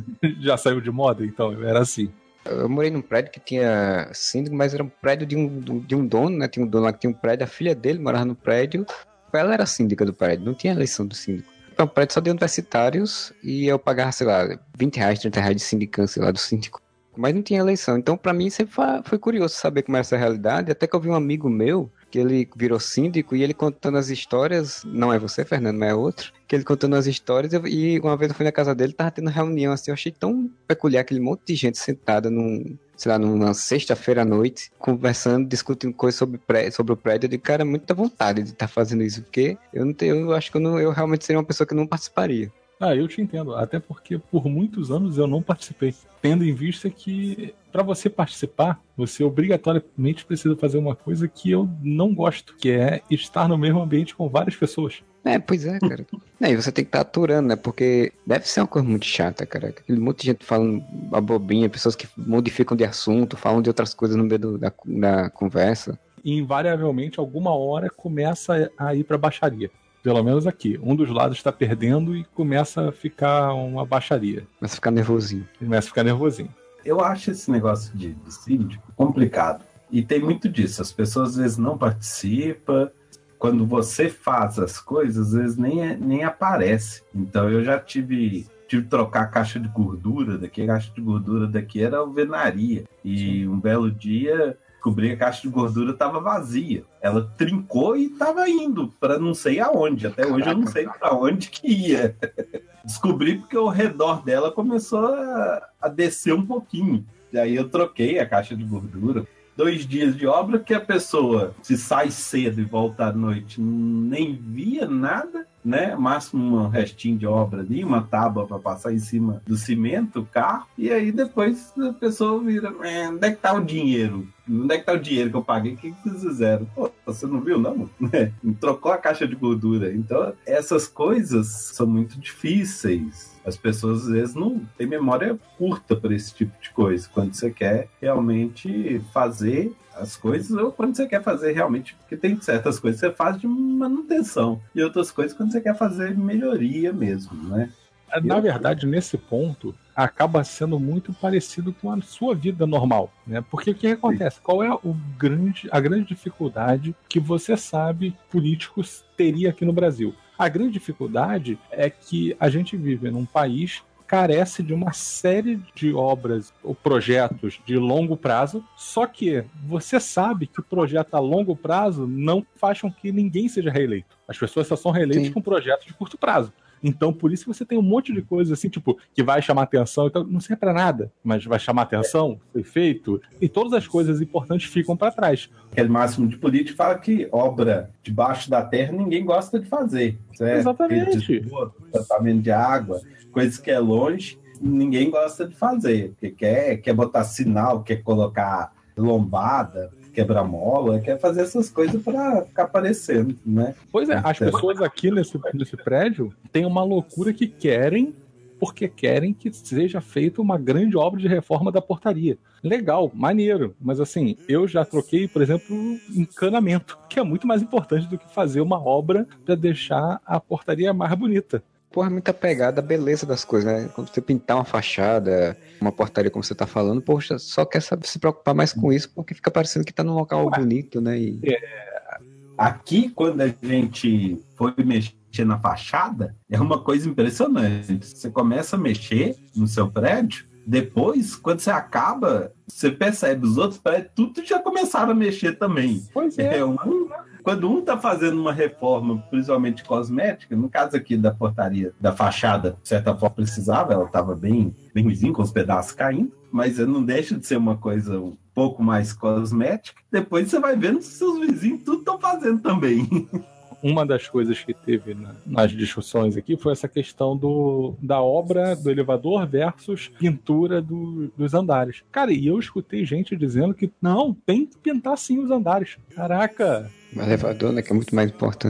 já saiu de moda, então era assim. Eu morei num prédio que tinha síndico, mas era um prédio de um, de um dono, né? Tinha um dono lá que tinha um prédio, a filha dele morava no prédio, ela era síndica do prédio, não tinha eleição do síndico. Era um prédio só de universitários e eu pagava, sei lá, vinte reais, trinta reais de sindicância lá do síndico. Mas não tinha eleição. Então, pra mim, sempre foi curioso saber como é essa realidade. Até que eu vi um amigo meu, que ele virou síndico, e ele contando as histórias... Não é você, Fernando, mas é outro. Que ele contando as histórias, eu, e uma vez eu fui na casa dele, tava tendo reunião, assim, eu achei tão peculiar, aquele monte de gente sentada num... sei lá, numa sexta-feira à noite, conversando, discutindo coisas sobre, pré, sobre o prédio. Eu digo, cara, muita vontade de estar tá fazendo isso, porque eu, não tenho, eu acho que eu, não, eu realmente seria uma pessoa que não participaria. Ah, eu te entendo. Até porque por muitos anos eu não participei. Tendo em vista que para você participar, você obrigatoriamente precisa fazer uma coisa que eu não gosto, que é estar no mesmo ambiente com várias pessoas. É, pois é, cara. É, e você tem que estar aturando, né? Porque deve ser uma coisa muito chata, cara. Aquele monte de gente falando a bobinha, pessoas que modificam de assunto, falam de outras coisas no meio do, da, da conversa. E invariavelmente, alguma hora começa a ir pra baixaria. Pelo menos aqui. Um dos lados está perdendo e começa a ficar uma baixaria. Começa a ficar nervosinho. Começa a ficar nervosinho. Eu acho esse negócio de, de síndico complicado. E tem muito disso. As pessoas às vezes não participam. Quando você faz as coisas, às vezes nem, nem aparece. Então eu já tive... tive que trocar a caixa de gordura daqui. A caixa de gordura daqui era alvenaria. E um belo dia... descobri que a caixa de gordura estava vazia. Ela trincou e estava indo para não sei aonde. Até Caraca. Hoje eu não sei para onde que ia. Descobri porque o redor dela começou a, a descer um pouquinho. E aí eu troquei a caixa de gordura. Dois dias de obra que a pessoa, se sai cedo e volta à noite, nem via nada, né? Máximo um restinho de obra ali, uma tábua para passar em cima do cimento, o carro, e aí depois a pessoa vira, onde é que tá o dinheiro? Onde é que tá o dinheiro que eu paguei? O que vocês fizeram? Pô, você não viu, não? Trocou a caixa de gordura. Então, essas coisas são muito difíceis. As pessoas, às vezes, não têm memória curta para esse tipo de coisa. Quando você quer realmente fazer as coisas, ou quando você quer fazer realmente... Porque tem certas coisas que você faz de manutenção. E outras coisas quando você quer fazer melhoria mesmo, né? Na verdade, nesse ponto, acaba sendo muito parecido com a sua vida normal, né? Porque o que acontece? Qual é o grande, a grande dificuldade que você sabe políticos teria aqui no Brasil? A grande dificuldade é que a gente vive num país carece de uma série de obras ou projetos de longo prazo, só que você sabe que o projeto a longo prazo não faz com que ninguém seja reeleito. As pessoas só são reeleitas Sim. com projetos de curto prazo. Então, por isso que você tem um monte de coisas assim, tipo, que vai chamar atenção, então não serve pra nada, mas vai chamar atenção, foi feito, e todas as coisas importantes ficam para trás. Aquele máximo de político fala que obra debaixo da terra ninguém gosta de fazer. Certo? Exatamente. De tratamento de água, coisas que é longe, ninguém gosta de fazer, porque quer, quer botar sinal, quer colocar lombada, quebra-mola, quer fazer essas coisas para ficar aparecendo, né? Pois é, as pessoas aqui nesse, nesse prédio têm uma loucura que querem, porque querem que seja feita uma grande obra de reforma da portaria. Legal, maneiro, mas assim, eu já troquei, por exemplo, encanamento, que é muito mais importante do que fazer uma obra para deixar a portaria mais bonita. Porra, é muita pegada a beleza das coisas, né? Quando você pintar uma fachada, uma portaria, como você tá falando, poxa, só quer saber se preocupar mais com isso, porque fica parecendo que tá num local Ué, bonito, né? E... É, aqui, quando a gente foi mexer na fachada, é uma coisa impressionante. Você começa a mexer no seu prédio, depois, quando você acaba, você percebe, os outros prédios, tudo já começaram a mexer também. Pois é. é um... Quando um está fazendo uma reforma, principalmente cosmética, no caso aqui da portaria, da fachada, de certa forma precisava, ela estava bem, bem ruimzinha, com os pedaços caindo, mas não deixa de ser uma coisa um pouco mais cosmética. Depois você vai vendo que seus vizinhos tudo estão fazendo também. Uma das coisas que teve na, nas discussões aqui foi essa questão do, da obra do elevador versus pintura do, dos andares. Cara, e eu escutei gente dizendo que não, tem que pintar sim os andares. Caraca! O elevador, né, que é muito mais importante.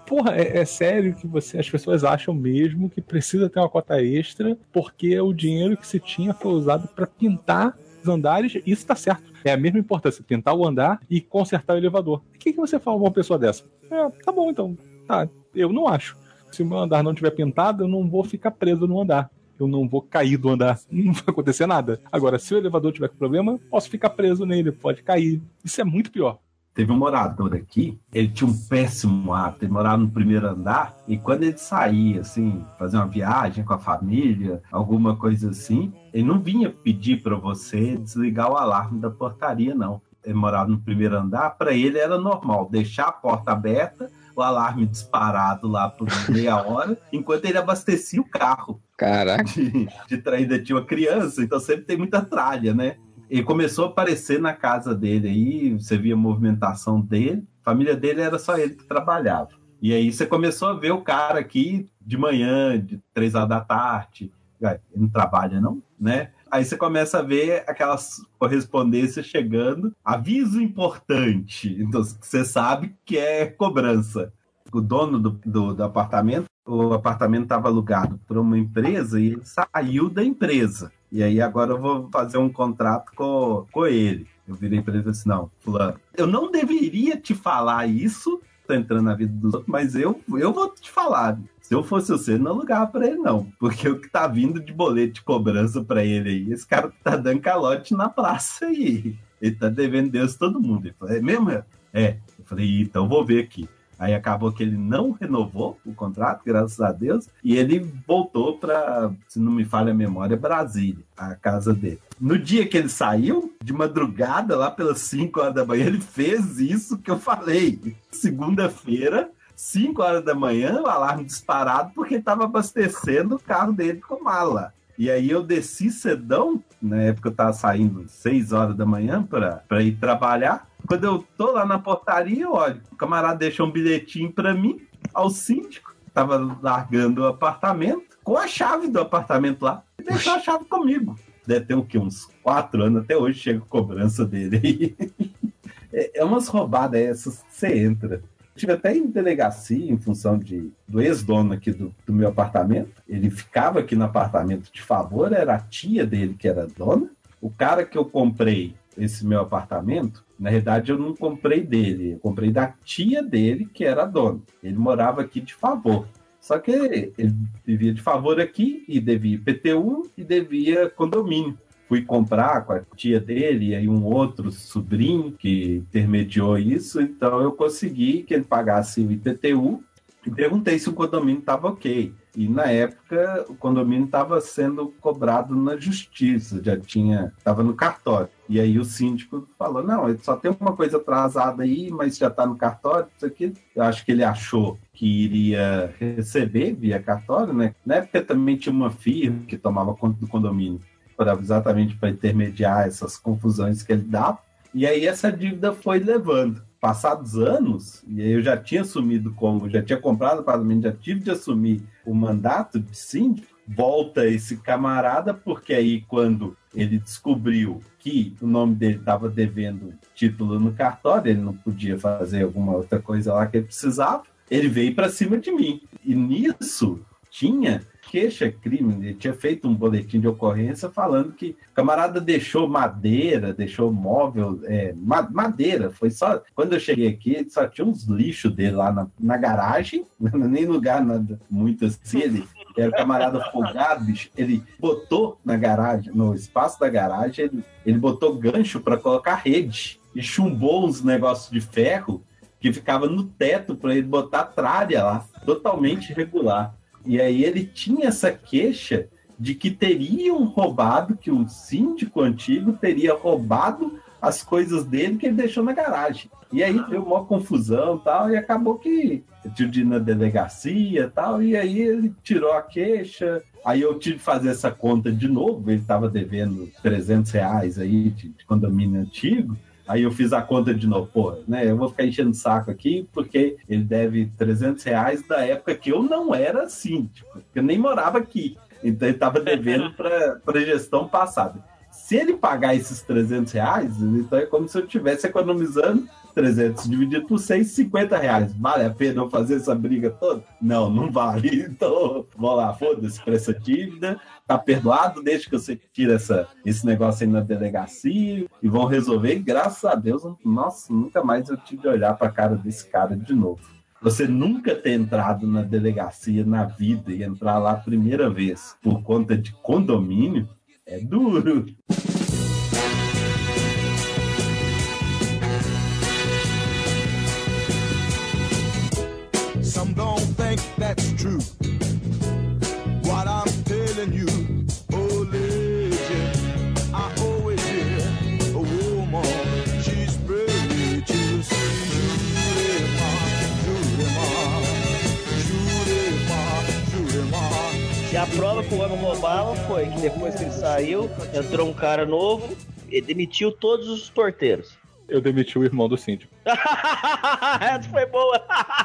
porra, é, é sério que você, as pessoas acham mesmo que precisa ter uma cota extra porque o dinheiro que se tinha foi usado para pintar os andares, e isso tá certo. É a mesma importância, pintar o andar e consertar o elevador. O que, que você fala pra uma pessoa dessa? É, tá bom então. Tá, eu não acho. Se o meu andar não tiver pintado, eu não vou ficar preso no andar. Eu não vou cair do andar. Não vai acontecer nada. Agora, se o elevador tiver com problema, posso ficar preso nele, pode cair. Isso é muito pior. Teve um morador aqui, ele tinha um péssimo hábito, ele morava no primeiro andar, e quando ele saía, assim, fazer uma viagem com a família, alguma coisa assim, ele não vinha pedir para você desligar o alarme da portaria, não. Ele morava no primeiro andar, para ele era normal deixar a porta aberta, o alarme disparado lá por meia hora, enquanto ele abastecia o carro. Caraca. De, de traída tinha uma criança, então sempre tem muita tralha, né? Ele começou a aparecer na casa dele aí, você via a movimentação dele, a família dele era só ele que trabalhava. E aí você começou a ver o cara aqui de manhã, de três horas da tarde, ele não trabalha não, né? Aí você começa a ver aquelas correspondências chegando, aviso importante, então você sabe que é cobrança. O dono do, do, do apartamento, o apartamento estava alugado por uma empresa e ele saiu da empresa. E aí agora eu vou fazer um contrato com, com ele. Eu virei para ele e falei assim, não, fulano, eu não deveria te falar isso, tô entrando na vida dos outros, mas eu, eu vou te falar. Se eu fosse você, não alugava para ele não, porque o que tá vindo de boleto de cobrança para ele aí, esse cara tá dando calote na praça aí. Ele tá devendo Deus todo mundo. Ele falou, é mesmo? É. Eu falei, então vou ver aqui. Aí acabou que ele não renovou o contrato, graças a Deus, e ele voltou para, se não me falha a memória, Brasília, a casa dele. No dia que ele saiu, de madrugada, lá pelas cinco horas da manhã, ele fez isso que eu falei. Segunda-feira, cinco horas da manhã, o alarme disparado, porque ele estava abastecendo o carro dele com mala. E aí eu desci cedão, na época eu estava saindo seis horas da manhã para ir trabalhar. Quando eu tô lá na portaria, olha, o camarada deixou um bilhetinho para mim, ao síndico, tava largando o apartamento, com a chave do apartamento lá, e deixou a chave comigo. Deve ter o quê? Uns quatro anos, até hoje chega a cobrança dele aí. É, é umas roubadas essas que você entra. Tive até em delegacia, em função de, do ex-dono aqui do, do meu apartamento. Ele ficava aqui no apartamento de favor, era a tia dele que era dona. O cara que eu comprei esse meu apartamento, na verdade eu não comprei dele, eu comprei da tia dele, que era a dona. Ele morava aqui de favor. Só que ele vivia de favor aqui e devia I P T U e devia condomínio. Fui comprar com a tia dele e aí um outro sobrinho que intermediou isso, então eu consegui que ele pagasse o I P T U e perguntei se o condomínio estava ok. E na época o condomínio estava sendo cobrado na justiça, já tinha, estava no cartório. E aí o síndico falou, não, só tem uma coisa atrasada aí, mas já está no cartório, isso aqui. Eu acho que ele achou que iria receber via cartório, né? Na época também tinha uma firma que tomava conta do condomínio, para, exatamente para intermediar essas confusões que ele dava. E aí essa dívida foi levando. Passados anos, e aí eu já tinha assumido como, já tinha comprado o apartamento, já tive de assumir o mandato de síndico, volta esse camarada, porque aí quando ele descobriu que o nome dele estava devendo título no cartório, ele não podia fazer alguma outra coisa lá que ele precisava, ele veio para cima de mim. E nisso tinha queixa-crime, ele tinha feito um boletim de ocorrência falando que o camarada deixou madeira, deixou móvel, é, ma- madeira, foi só, quando eu cheguei aqui, só tinha uns lixos dele lá na, na garagem, nem lugar nada muito assim, ele era o camarada folgado, bicho, ele botou na garagem, no espaço da garagem, ele, ele botou gancho para colocar rede, e chumbou uns negócios de ferro que ficava no teto para ele botar tralha lá, totalmente irregular. E aí ele tinha essa queixa de que teriam roubado, que o síndico antigo teria roubado as coisas dele que ele deixou na garagem. E aí deu uma confusão e tal, e acabou que eu tive de ir na delegacia e tal, e aí ele tirou a queixa, aí eu tive que fazer essa conta de novo, ele estava devendo trezentos reais aí de, de condomínio antigo. Aí eu fiz a conta de novo, pô, né? Eu vou ficar enchendo o saco aqui, porque ele deve trezentos reais da época que eu não era síndico, porque eu nem morava aqui. Então ele estava devendo para a gestão passada. Se ele pagar esses trezentos reais, então é como se eu estivesse economizando trezentos dividido por seis, cinquenta reais. Vale a pena eu fazer essa briga toda? Não, não vale. Então, vamos lá, foda-se pra essa dívida. Tá perdoado, desde que você tire essa, esse negócio aí na delegacia e vão resolver. E graças a Deus, nossa, nunca mais eu tive de olhar pra cara desse cara de novo. Você nunca ter entrado na delegacia na vida e entrar lá a primeira vez por conta de condomínio é duro. Some don't think that's true. What I'm telling you, oh lady, I always hear a woman, she's ready to see Jurema, Jurema, Jurema, Jurema. E a prova que o homem roubava foi que depois que ele saiu, entrou um cara novo e demitiu todos os porteiros. Eu demiti o irmão do síndico. Essa foi boa.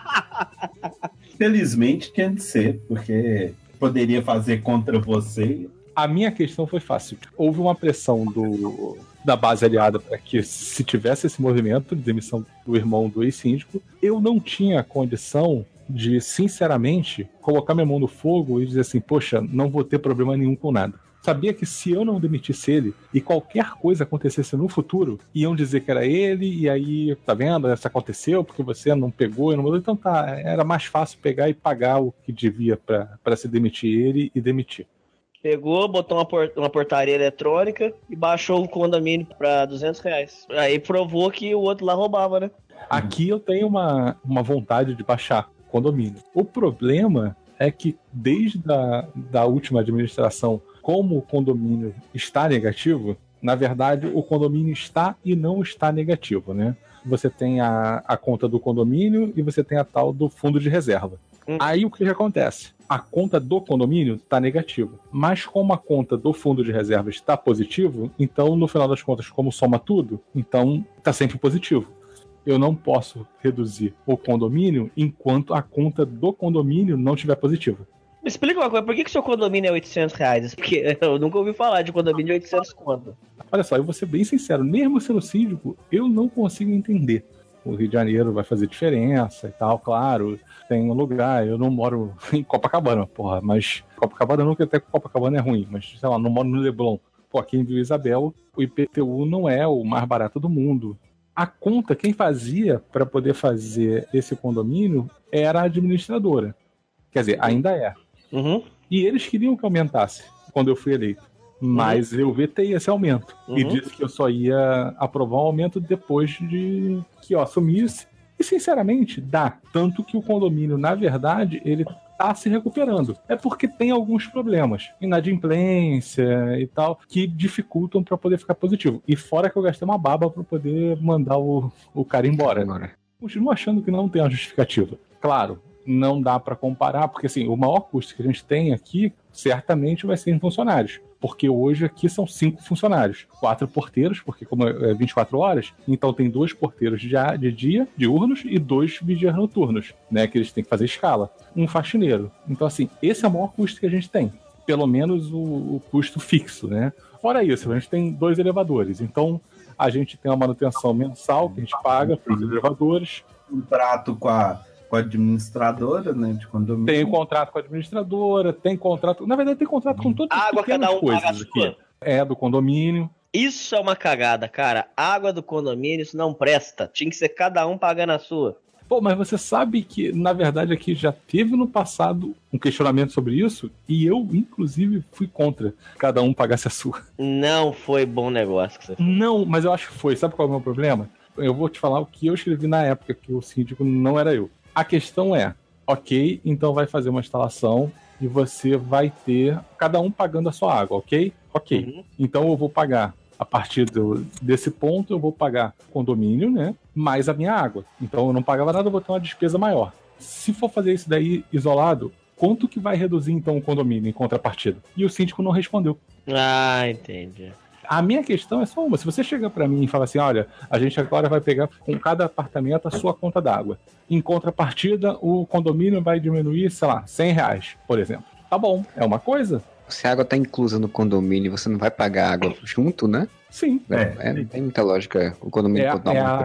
Felizmente tinha de ser, porque poderia fazer contra você. A minha questão foi fácil. Houve uma pressão do, da base aliada para que se tivesse esse movimento de demissão do irmão do ex-síndico. Eu não tinha condição de, sinceramente, colocar minha mão no fogo e dizer assim, poxa, não vou ter problema nenhum com nada. Sabia que se eu não demitisse ele e qualquer coisa acontecesse no futuro, iam dizer que era ele, e aí, tá vendo? Isso aconteceu porque você não pegou e não mudou. Então tá, era mais fácil pegar e pagar o que devia para se demitir ele e demitir. Pegou, botou uma, port- uma portaria eletrônica e baixou o condomínio pra duzentos reais. Aí provou que o outro lá roubava, né? Aqui eu tenho uma, uma vontade de baixar o condomínio. O problema é que desde a da última administração, como o condomínio está negativo, na verdade o condomínio está e não está negativo, né? Você tem a, a conta do condomínio e você tem a tal do fundo de reserva. Hum. Aí o que, que acontece? A conta do condomínio está negativa, mas como a conta do fundo de reserva está positivo, então no final das contas, como soma tudo, então está sempre positivo. Eu não posso reduzir o condomínio enquanto a conta do condomínio não estiver positiva. Me explica uma coisa, por que que seu condomínio é oitocentos reais? Porque eu nunca ouvi falar de condomínio de oitocentos conto. Olha só, eu vou ser bem sincero, mesmo sendo síndico, eu não consigo entender. O Rio de Janeiro vai fazer diferença e tal, claro, tem um lugar, eu não moro em Copacabana, porra, mas Copacabana não, que até Copacabana é ruim, mas sei lá, não moro no Leblon. Pô, aqui em Vila Isabel, o I P T U não é o mais barato do mundo. A conta, quem fazia para poder fazer esse condomínio era a administradora. Quer dizer, ainda é. Uhum. E eles queriam que aumentasse quando eu fui eleito. Mas uhum. eu vetei esse aumento. Uhum. E disse que eu só ia aprovar um aumento depois de que eu assumisse. E, sinceramente, dá. Tanto que o condomínio, na verdade, ele tá se recuperando. É porque tem alguns problemas. Inadimplência e tal, que dificultam para poder ficar positivo. E fora que eu gastei uma baba para poder mandar o, o cara embora. Agora. Continuo achando que não tem uma justificativa. Claro, não dá para comparar, porque assim, o maior custo que a gente tem aqui, certamente vai ser em funcionários. Porque hoje aqui são cinco funcionários. Quatro porteiros, porque como é vinte e quatro horas, então tem dois porteiros de, de dia, diurnos, e dois vigias noturnos, né? Que eles têm que fazer escala. Um faxineiro. Então, assim, esse é o maior custo que a gente tem. Pelo menos o, o custo fixo, né? Fora isso, a gente tem dois elevadores. Então, a gente tem uma manutenção mensal que a gente paga para os elevadores. Contrato com a... com a administradora, né, de condomínio. Tem contrato com a administradora, tem contrato... Na verdade, tem contrato com todas as água, pequenas cada um coisas paga a sua. aqui. É, do condomínio. Isso é uma cagada, cara. Água do condomínio, isso não presta. Tinha que ser cada um pagando a sua. Pô, mas você sabe que, na verdade, aqui já teve no passado um questionamento sobre isso, e eu, inclusive, fui contra cada um pagasse a sua. Não foi bom negócio que você fez. Não, mas eu acho que foi. Sabe qual é o meu problema? Eu vou te falar o que eu escrevi na época, que o síndico não era eu. A questão é, ok, então vai fazer uma instalação e você vai ter cada um pagando a sua água, ok? Ok. Uhum. Então eu vou pagar, a partir do, desse ponto, eu vou pagar condomínio, né? Mais a minha água. Então eu não pagava nada, eu vou ter uma despesa maior. Se for fazer isso daí isolado, quanto que vai reduzir então o condomínio em contrapartida? E o síndico não respondeu. Ah, entendi. A minha questão é só uma. Se você chega para mim e fala assim, olha, a gente agora vai pegar com cada apartamento a sua conta d'água. Em contrapartida, o condomínio vai diminuir, sei lá, cem reais, por exemplo. Tá bom, é uma coisa. Se a água tá inclusa no condomínio, você não vai pagar água junto, né? Sim. É, é, não tem muita lógica o condomínio é, dar é uma a, preço.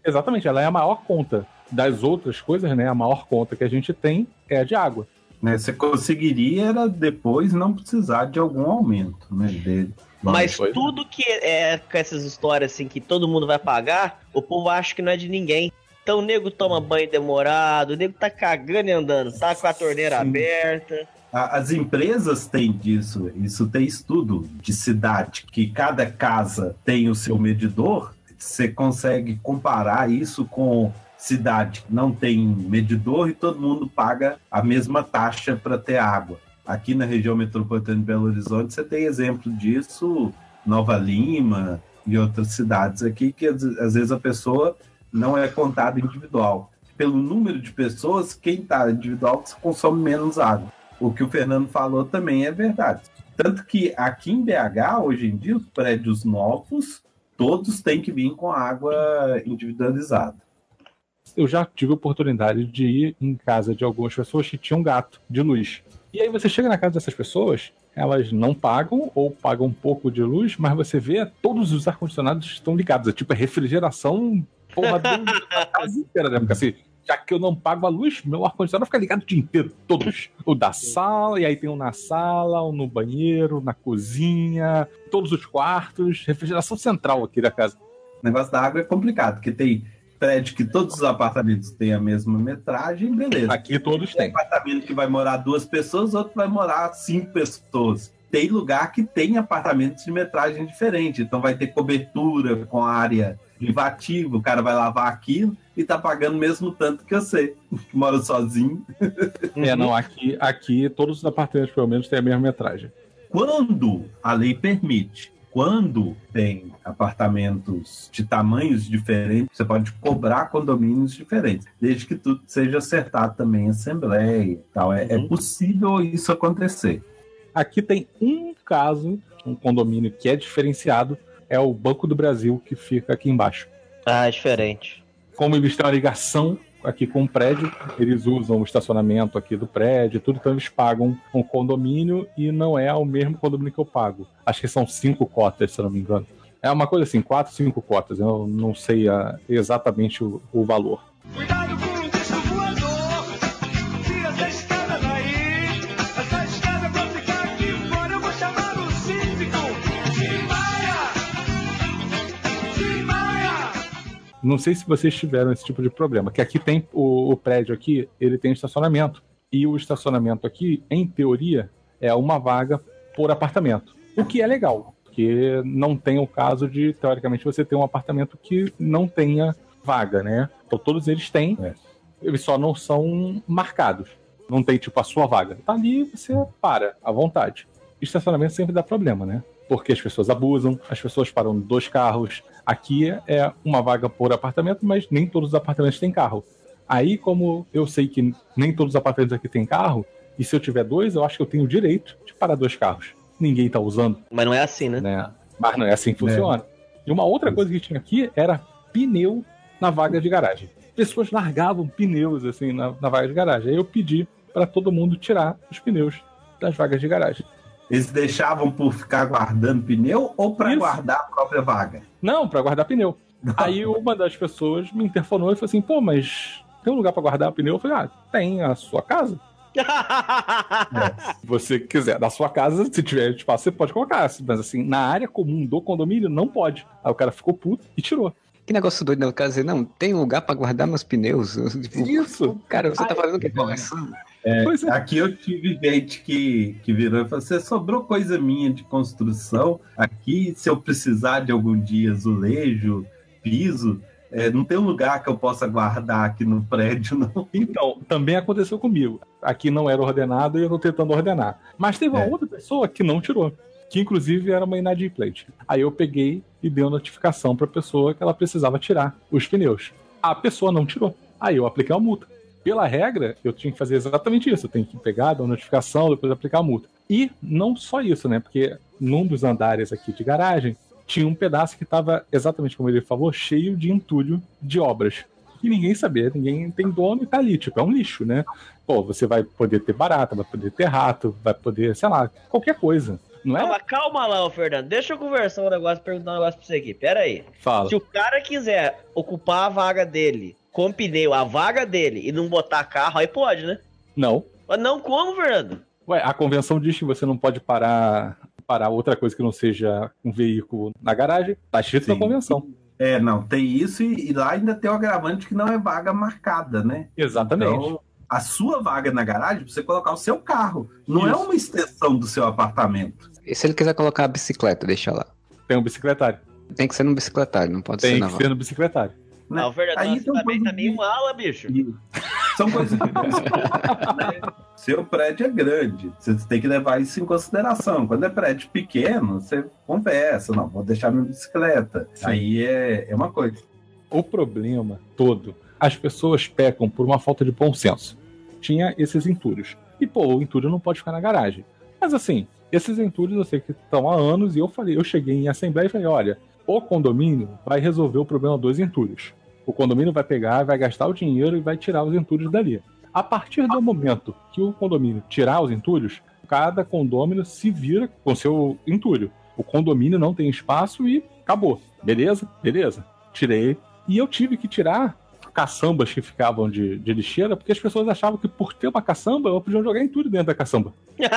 Exatamente, ela é a maior conta das outras coisas, né? A maior conta que a gente tem é a de água. Né, você conseguiria era depois não precisar de algum aumento, né? Dele. Mas Pois é. tudo que é com essas histórias assim que todo mundo vai pagar, o povo acha que não é de ninguém. Então o nego toma banho demorado, o nego tá cagando e andando, tá com a torneira Sim. aberta. A- As empresas têm disso, isso tem estudo de cidade, que cada casa tem o seu medidor, você consegue comparar isso com cidade que não tem medidor e todo mundo paga a mesma taxa para ter água. Aqui na região metropolitana de Belo Horizonte você tem exemplo disso, Nova Lima e outras cidades aqui, que às às vezes a pessoa não é contada individual. Pelo número de pessoas, quem está individual consome menos água. O que o Fernando falou também é verdade. Tanto que aqui em B H, hoje em dia, os prédios novos, todos têm que vir com água individualizada. Eu já tive a oportunidade de ir em casa de algumas pessoas que tinham gato de luz. E aí você chega na casa dessas pessoas, elas não pagam ou pagam um pouco de luz, mas você vê todos os ar-condicionados estão ligados. É tipo a refrigeração porra, da casa inteira, né? Porque assim, já que eu não pago a luz, meu ar-condicionado fica ligado o dia inteiro, todos. O da sala, e aí tem um na sala, um no banheiro, na cozinha, todos os quartos, refrigeração central aqui da casa. O negócio da água é complicado, porque tem prédio que todos os apartamentos têm a mesma metragem, beleza. Aqui todos Tem têm. apartamento que vai morar duas pessoas, outro vai morar cinco pessoas. Tem lugar que tem apartamentos de metragem diferente, então vai ter cobertura com área privativa, o cara vai lavar aquilo e tá pagando mesmo tanto que você, que mora sozinho. É, não, aqui, aqui todos os apartamentos pelo menos têm a mesma metragem. Quando a lei permite, quando tem apartamentos de tamanhos diferentes, você pode cobrar condomínios diferentes, desde que tudo seja acertado também em assembleia e tal. É, é possível isso acontecer. Aqui tem um caso, um condomínio que é diferenciado, é o Banco do Brasil, que fica aqui embaixo. Ah, é diferente. Como eles têm uma ligação aqui com o prédio, eles usam o estacionamento aqui do prédio, tudo, então eles pagam um condomínio e não é o mesmo condomínio que eu pago. Acho que são cinco cotas, se eu não me engano. É uma coisa assim, quatro, cinco cotas, eu não sei a, exatamente o, o valor. Cuidado com o disco voador. Tira essa escada daí. Essa escada pra ficar aqui fora. Eu vou chamar o síndico. Tim Maia! Tim Maia! Não sei se vocês tiveram esse tipo de problema, que aqui tem o, o prédio aqui, ele tem estacionamento. E o estacionamento aqui, em teoria, é uma vaga por apartamento. O que é legal, porque não tem o caso de, teoricamente, você ter um apartamento que não tenha vaga, né? Então todos eles têm, É. eles só não são marcados. Não tem, tipo, a sua vaga. Tá ali, você para, à vontade. Estacionamento sempre dá problema, né? Porque as pessoas abusam, as pessoas param dois carros. Aqui é uma vaga por apartamento, mas nem todos os apartamentos têm carro. Aí, como eu sei que nem todos os apartamentos aqui têm carro, e se eu tiver dois, eu acho que eu tenho o direito de parar dois carros. Ninguém tá usando, Mas não é assim, né? né? Mas não é assim que funciona. E uma outra coisa que tinha aqui era pneu na vaga de garagem. Pessoas largavam pneus assim na, na vaga de garagem. Aí eu pedi para todo mundo tirar os pneus das vagas de garagem. Eles deixavam por ficar guardando pneu ou para Isso. guardar a própria vaga? Não, para guardar pneu. Aí uma das pessoas me interfonou e falou assim, pô, mas tem um lugar para guardar pneu? Eu falei, ah, tem a sua casa. Se você quiser, da sua casa, se tiver espaço, você pode colocar. Mas assim, na área comum do condomínio, não pode. Aí o cara ficou puto e tirou. Que negócio doido, né? O cara dizer, não, tem lugar pra guardar meus pneus. Tipo, Isso. cara, você tá Ai, fazendo o que? Conversando? É, Pois é. aqui eu tive gente que, que virou e falou: você sobrou coisa minha de construção aqui, se eu precisar de algum dia azulejo, piso, é, não tem um lugar que eu possa guardar aqui no prédio, não. Então, também aconteceu comigo. Aqui não era ordenado e eu tô tentando ordenar. Mas teve uma É. outra pessoa que não tirou. Que inclusive era uma inadimplente. Aí eu peguei e dei uma notificação pra pessoa que ela precisava tirar os pneus. A pessoa não tirou. Aí eu apliquei uma multa. Pela regra, eu tinha que fazer exatamente isso. Eu tenho que pegar, dar uma notificação, depois aplicar a multa. E não só isso, né? Porque num dos andares aqui de garagem, tinha um pedaço que estava, exatamente como ele falou, cheio de entulho de obras. E ninguém sabia, ninguém tem dono e tá ali. Tipo, é um lixo, né? Pô, você vai poder ter barata, vai poder ter rato, vai poder, sei lá, qualquer coisa. Não é? Não, mas calma lá, ô Fernando. Deixa eu conversar um negócio, perguntar um negócio pra você aqui. Pera aí. Fala. Se o cara quiser ocupar a vaga dele com pneu, a vaga dele, e não botar carro, aí pode, né? Não. Mas não como, Fernando? Ué, a convenção diz que você não pode parar, parar outra coisa que não seja um veículo na garagem. Tá escrito na Sim. convenção. É, não, tem isso e, e lá ainda tem o agravante que não é vaga marcada, né? Exatamente. Então, a sua vaga na garagem, você colocar o seu carro. Não é Isso. uma extensão do seu apartamento. E se ele quiser colocar a bicicleta, deixa lá. Tem um bicicletário. Tem que ser no bicicletário, não pode Tem ser que na ser vaga. no bicicletário. Né? Não, Fernando, Aí você são também coisas tá meio de- mala, bicho. E São coisas que né? Seu prédio é grande, você tem que levar isso em consideração. Quando é prédio pequeno, você conversa, não, vou deixar minha bicicleta. Sim. Aí é, é uma coisa. O problema todo, as pessoas pecam por uma falta de bom senso. Tinha esses entulhos. E, pô, o entulho não pode ficar na garagem. Mas, assim, esses entulhos eu sei que estão há anos e eu falei, eu cheguei em assembleia e falei, olha, o condomínio vai resolver o problema dos entulhos. O condomínio vai pegar, vai gastar o dinheiro e vai tirar os entulhos dali. A partir do momento que o condomínio tirar os entulhos, cada condômino se vira com seu entulho. O condomínio não tem espaço e acabou. Beleza? Beleza. Tirei. E eu tive que tirar caçambas que ficavam de, de lixeira, porque as pessoas achavam que por ter uma caçamba, eu podia jogar entulho dentro da caçamba.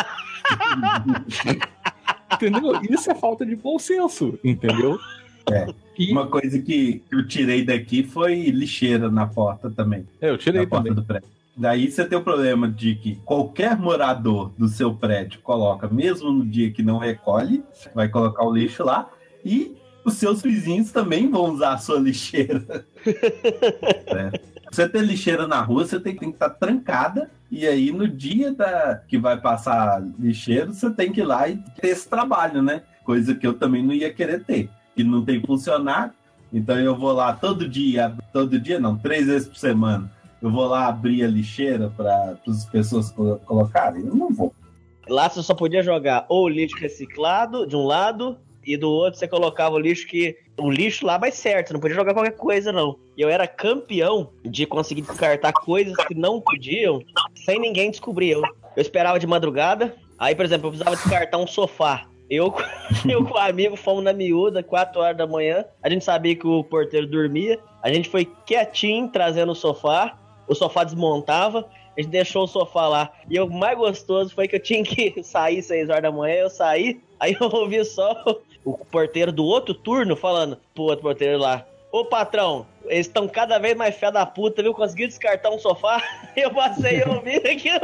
Entendeu? Isso é falta de bom senso, entendeu? É. E Uma coisa que eu tirei daqui foi lixeira na porta também. é, eu tirei na porta também. do prédio. Daí você tem o problema de que qualquer morador do seu prédio coloca, mesmo no dia que não recolhe, vai colocar o lixo lá, e os seus vizinhos também vão usar a sua lixeira. É. Você ter lixeira na rua, você tem, tem que estar trancada, e aí no dia da, que vai passar lixeiro, você tem que ir lá e ter esse trabalho, né? Coisa que eu também não ia querer ter, que não tem funcionário. Então eu vou lá todo dia, todo dia não, três vezes por semana, eu vou lá abrir a lixeira para as pessoas colo- colocarem? Eu não vou. Lá você só podia jogar ou lixo reciclado de um lado e do outro você colocava o lixo que... O lixo lá mais certo, não podia jogar qualquer coisa, não. E eu era campeão de conseguir descartar coisas que não podiam sem ninguém descobrir. Eu, eu esperava de madrugada, aí, por exemplo, eu precisava descartar um sofá. Eu, eu com o amigo fomos na miúda, quatro horas da manhã, a gente sabia que o porteiro dormia, a gente foi quietinho trazendo o sofá, o sofá desmontava, a gente deixou o sofá lá. E o mais gostoso foi que eu tinha que sair seis horas da manhã, eu saí, aí eu ouvi só o porteiro do outro turno falando pro outro porteiro lá: ô patrão, eles estão cada vez mais fé da puta, viu? Conseguiu descartar um sofá? Eu passei e ouvi aquilo.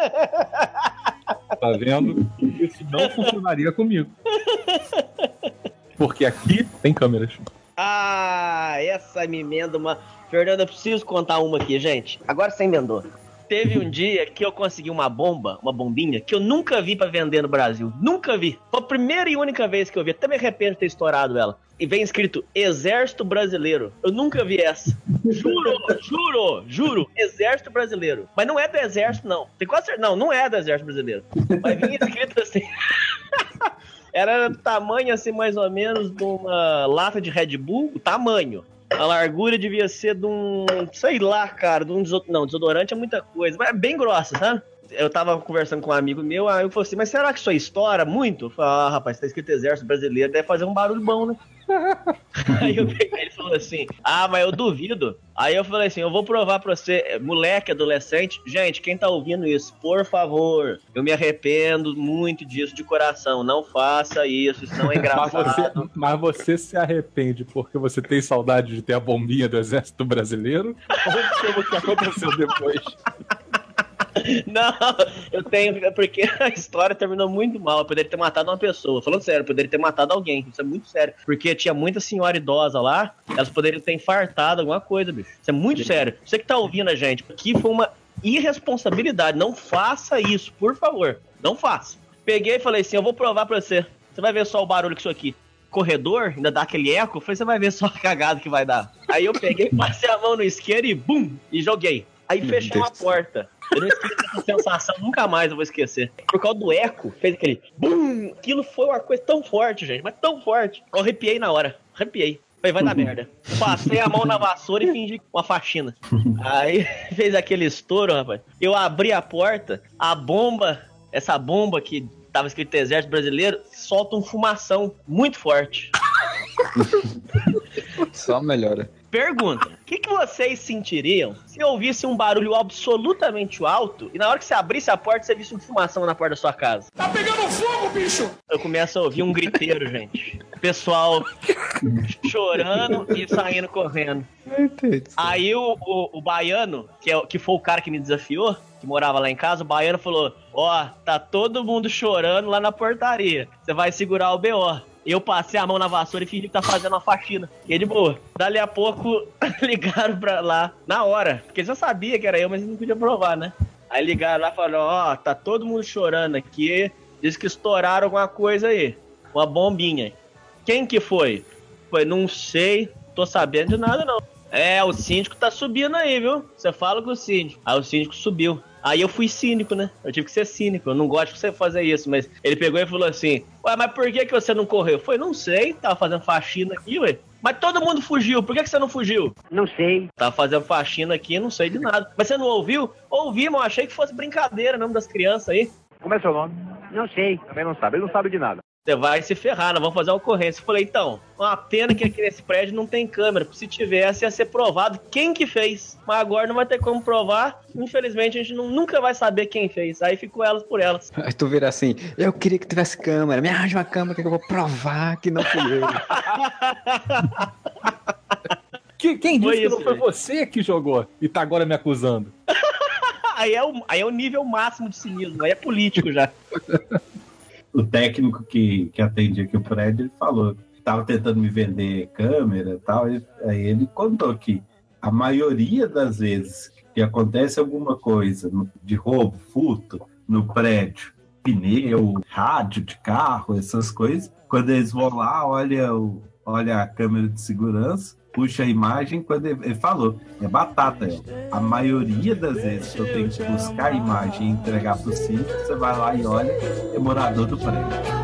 Tá vendo? Isso não funcionaria comigo. Porque aqui tem câmeras. Ah, essa me emenda uma... Fernando, eu preciso contar uma aqui, gente. Agora você emendou. Teve um dia que eu consegui uma bomba, uma bombinha, que eu nunca vi pra vender no Brasil. Nunca vi. Foi a primeira e única vez que eu vi. Até me arrependo de ter estourado ela. E vem escrito Exército Brasileiro. Eu nunca vi essa. Juro, juro, juro. Exército Brasileiro. Mas não é do Exército, não. Tem quase certeza. Não, não é do Exército Brasileiro. Mas vinha escrito assim... Era tamanho assim, mais ou menos, de uma lata de Red Bull, o tamanho. A largura devia ser de um, sei lá, cara, de um desodorante. Não, desodorante é muita coisa, mas é bem grossa, tá? Eu tava conversando com um amigo meu, aí eu falei assim, mas será que isso aí estoura muito? Eu falei, ah, rapaz, tá escrito Exército Brasileiro, deve fazer um barulho bom, né? Aí eu peguei, ele falou assim, ah, mas eu duvido. Aí eu falei assim, eu vou provar pra você, moleque, adolescente, gente, quem tá ouvindo isso, por favor, eu me arrependo muito disso de coração, não faça isso, isso não é Mas engraçado. você, mas você se arrepende porque você tem saudade de ter a bombinha do Exército Brasileiro? Ou pelo que aconteceu depois? Não, eu tenho, é porque a história terminou muito mal. Eu poderia ter matado uma pessoa. Falando sério, eu poderia ter matado alguém. Isso é muito sério. Porque tinha muita senhora idosa lá, elas poderiam ter infartado alguma coisa, bicho. Isso é muito sério. Você que tá ouvindo a gente, aqui foi uma irresponsabilidade. Não faça isso, por favor. Não faça. Peguei e falei assim, eu vou provar pra você. Você vai ver só o barulho que isso aqui. Corredor, ainda dá aquele eco. Eu falei, você vai ver só a cagada que vai dar. Aí eu peguei, passei a mão no isqueiro e bum, e joguei. Aí fechei a porta. Eu não esqueço essa sensação, nunca mais eu vou esquecer. Por causa do eco, fez aquele bum. Aquilo foi uma coisa tão forte, gente, mas tão forte. Eu arrepiei na hora, arrepiei. Falei, vai dar merda. Passei a mão na vassoura e fingi uma faxina. Aí fez aquele estouro, rapaz. Eu abri a porta, a bomba, essa bomba que tava escrito Exército Brasileiro, solta um fumação muito forte. Só melhora. Pergunta, o que, que vocês sentiriam se ouvisse um barulho absolutamente alto e na hora que você abrisse a porta, você visse uma fumação na porta da sua casa? Tá pegando fogo, bicho! Eu começo a ouvir um griteiro, gente. Pessoal chorando e saindo correndo. Aí o, o, o baiano, que, é, que foi o cara que me desafiou, que morava lá em casa, o baiano falou, ó, oh, tá todo mundo chorando lá na portaria. Você vai segurar o B O. Eu passei a mão na vassoura e fingi que tá fazendo uma faxina. E de boa. Dali a pouco, ligaram pra lá, na hora. Porque eles já sabiam que era eu, mas eles não podiam provar, né? Aí ligaram lá e falaram, ó, oh, tá todo mundo chorando aqui. Diz que estouraram alguma coisa aí. Uma bombinha. Quem que foi? Foi, não sei, tô sabendo de nada não. É, o síndico tá subindo aí, viu? Você fala com o síndico. Aí o síndico subiu. Aí eu fui cínico, né? Eu tive que ser cínico. Eu não gosto de você fazer isso, mas ele pegou e falou assim, ué, mas por que que você não correu? Foi, não sei, tava fazendo faxina aqui, ué. Mas todo mundo fugiu, por que que você não fugiu? Não sei. Tava fazendo faxina aqui, não sei de nada. Mas você não ouviu? Ouvi, mas eu achei que fosse brincadeira, não, das crianças aí. Como é seu nome? Não sei. Também não sabe, ele não sabe de nada. Você vai se ferrar, nós vamos fazer uma ocorrência. Eu falei, então, uma pena que aqui nesse prédio não tem câmera, porque se tivesse ia ser provado quem que fez. Mas agora não vai ter como provar, infelizmente a gente não, nunca vai saber quem fez. Aí ficou elas por elas. Aí tu vira assim, eu queria que tivesse câmera, me arranja uma câmera que eu vou provar que não fui eu. que, quem disse Foi que isso, não foi gente. você que jogou e tá agora me acusando? aí, é o, aí é o nível máximo de cinismo, aí é político já. O técnico que, que atendia aqui o prédio, ele falou que estava tentando me vender câmera e tal. Aí ele contou que a maioria das vezes que acontece alguma coisa de roubo, furto no prédio, pneu, rádio de carro, essas coisas, quando eles vão lá, olha, o, olha a câmera de segurança, puxa a imagem, quando ele, ele falou, é batata. É. A maioria das vezes que eu tenho que buscar a imagem e entregar para o síndico, você vai lá e olha, é morador do prédio.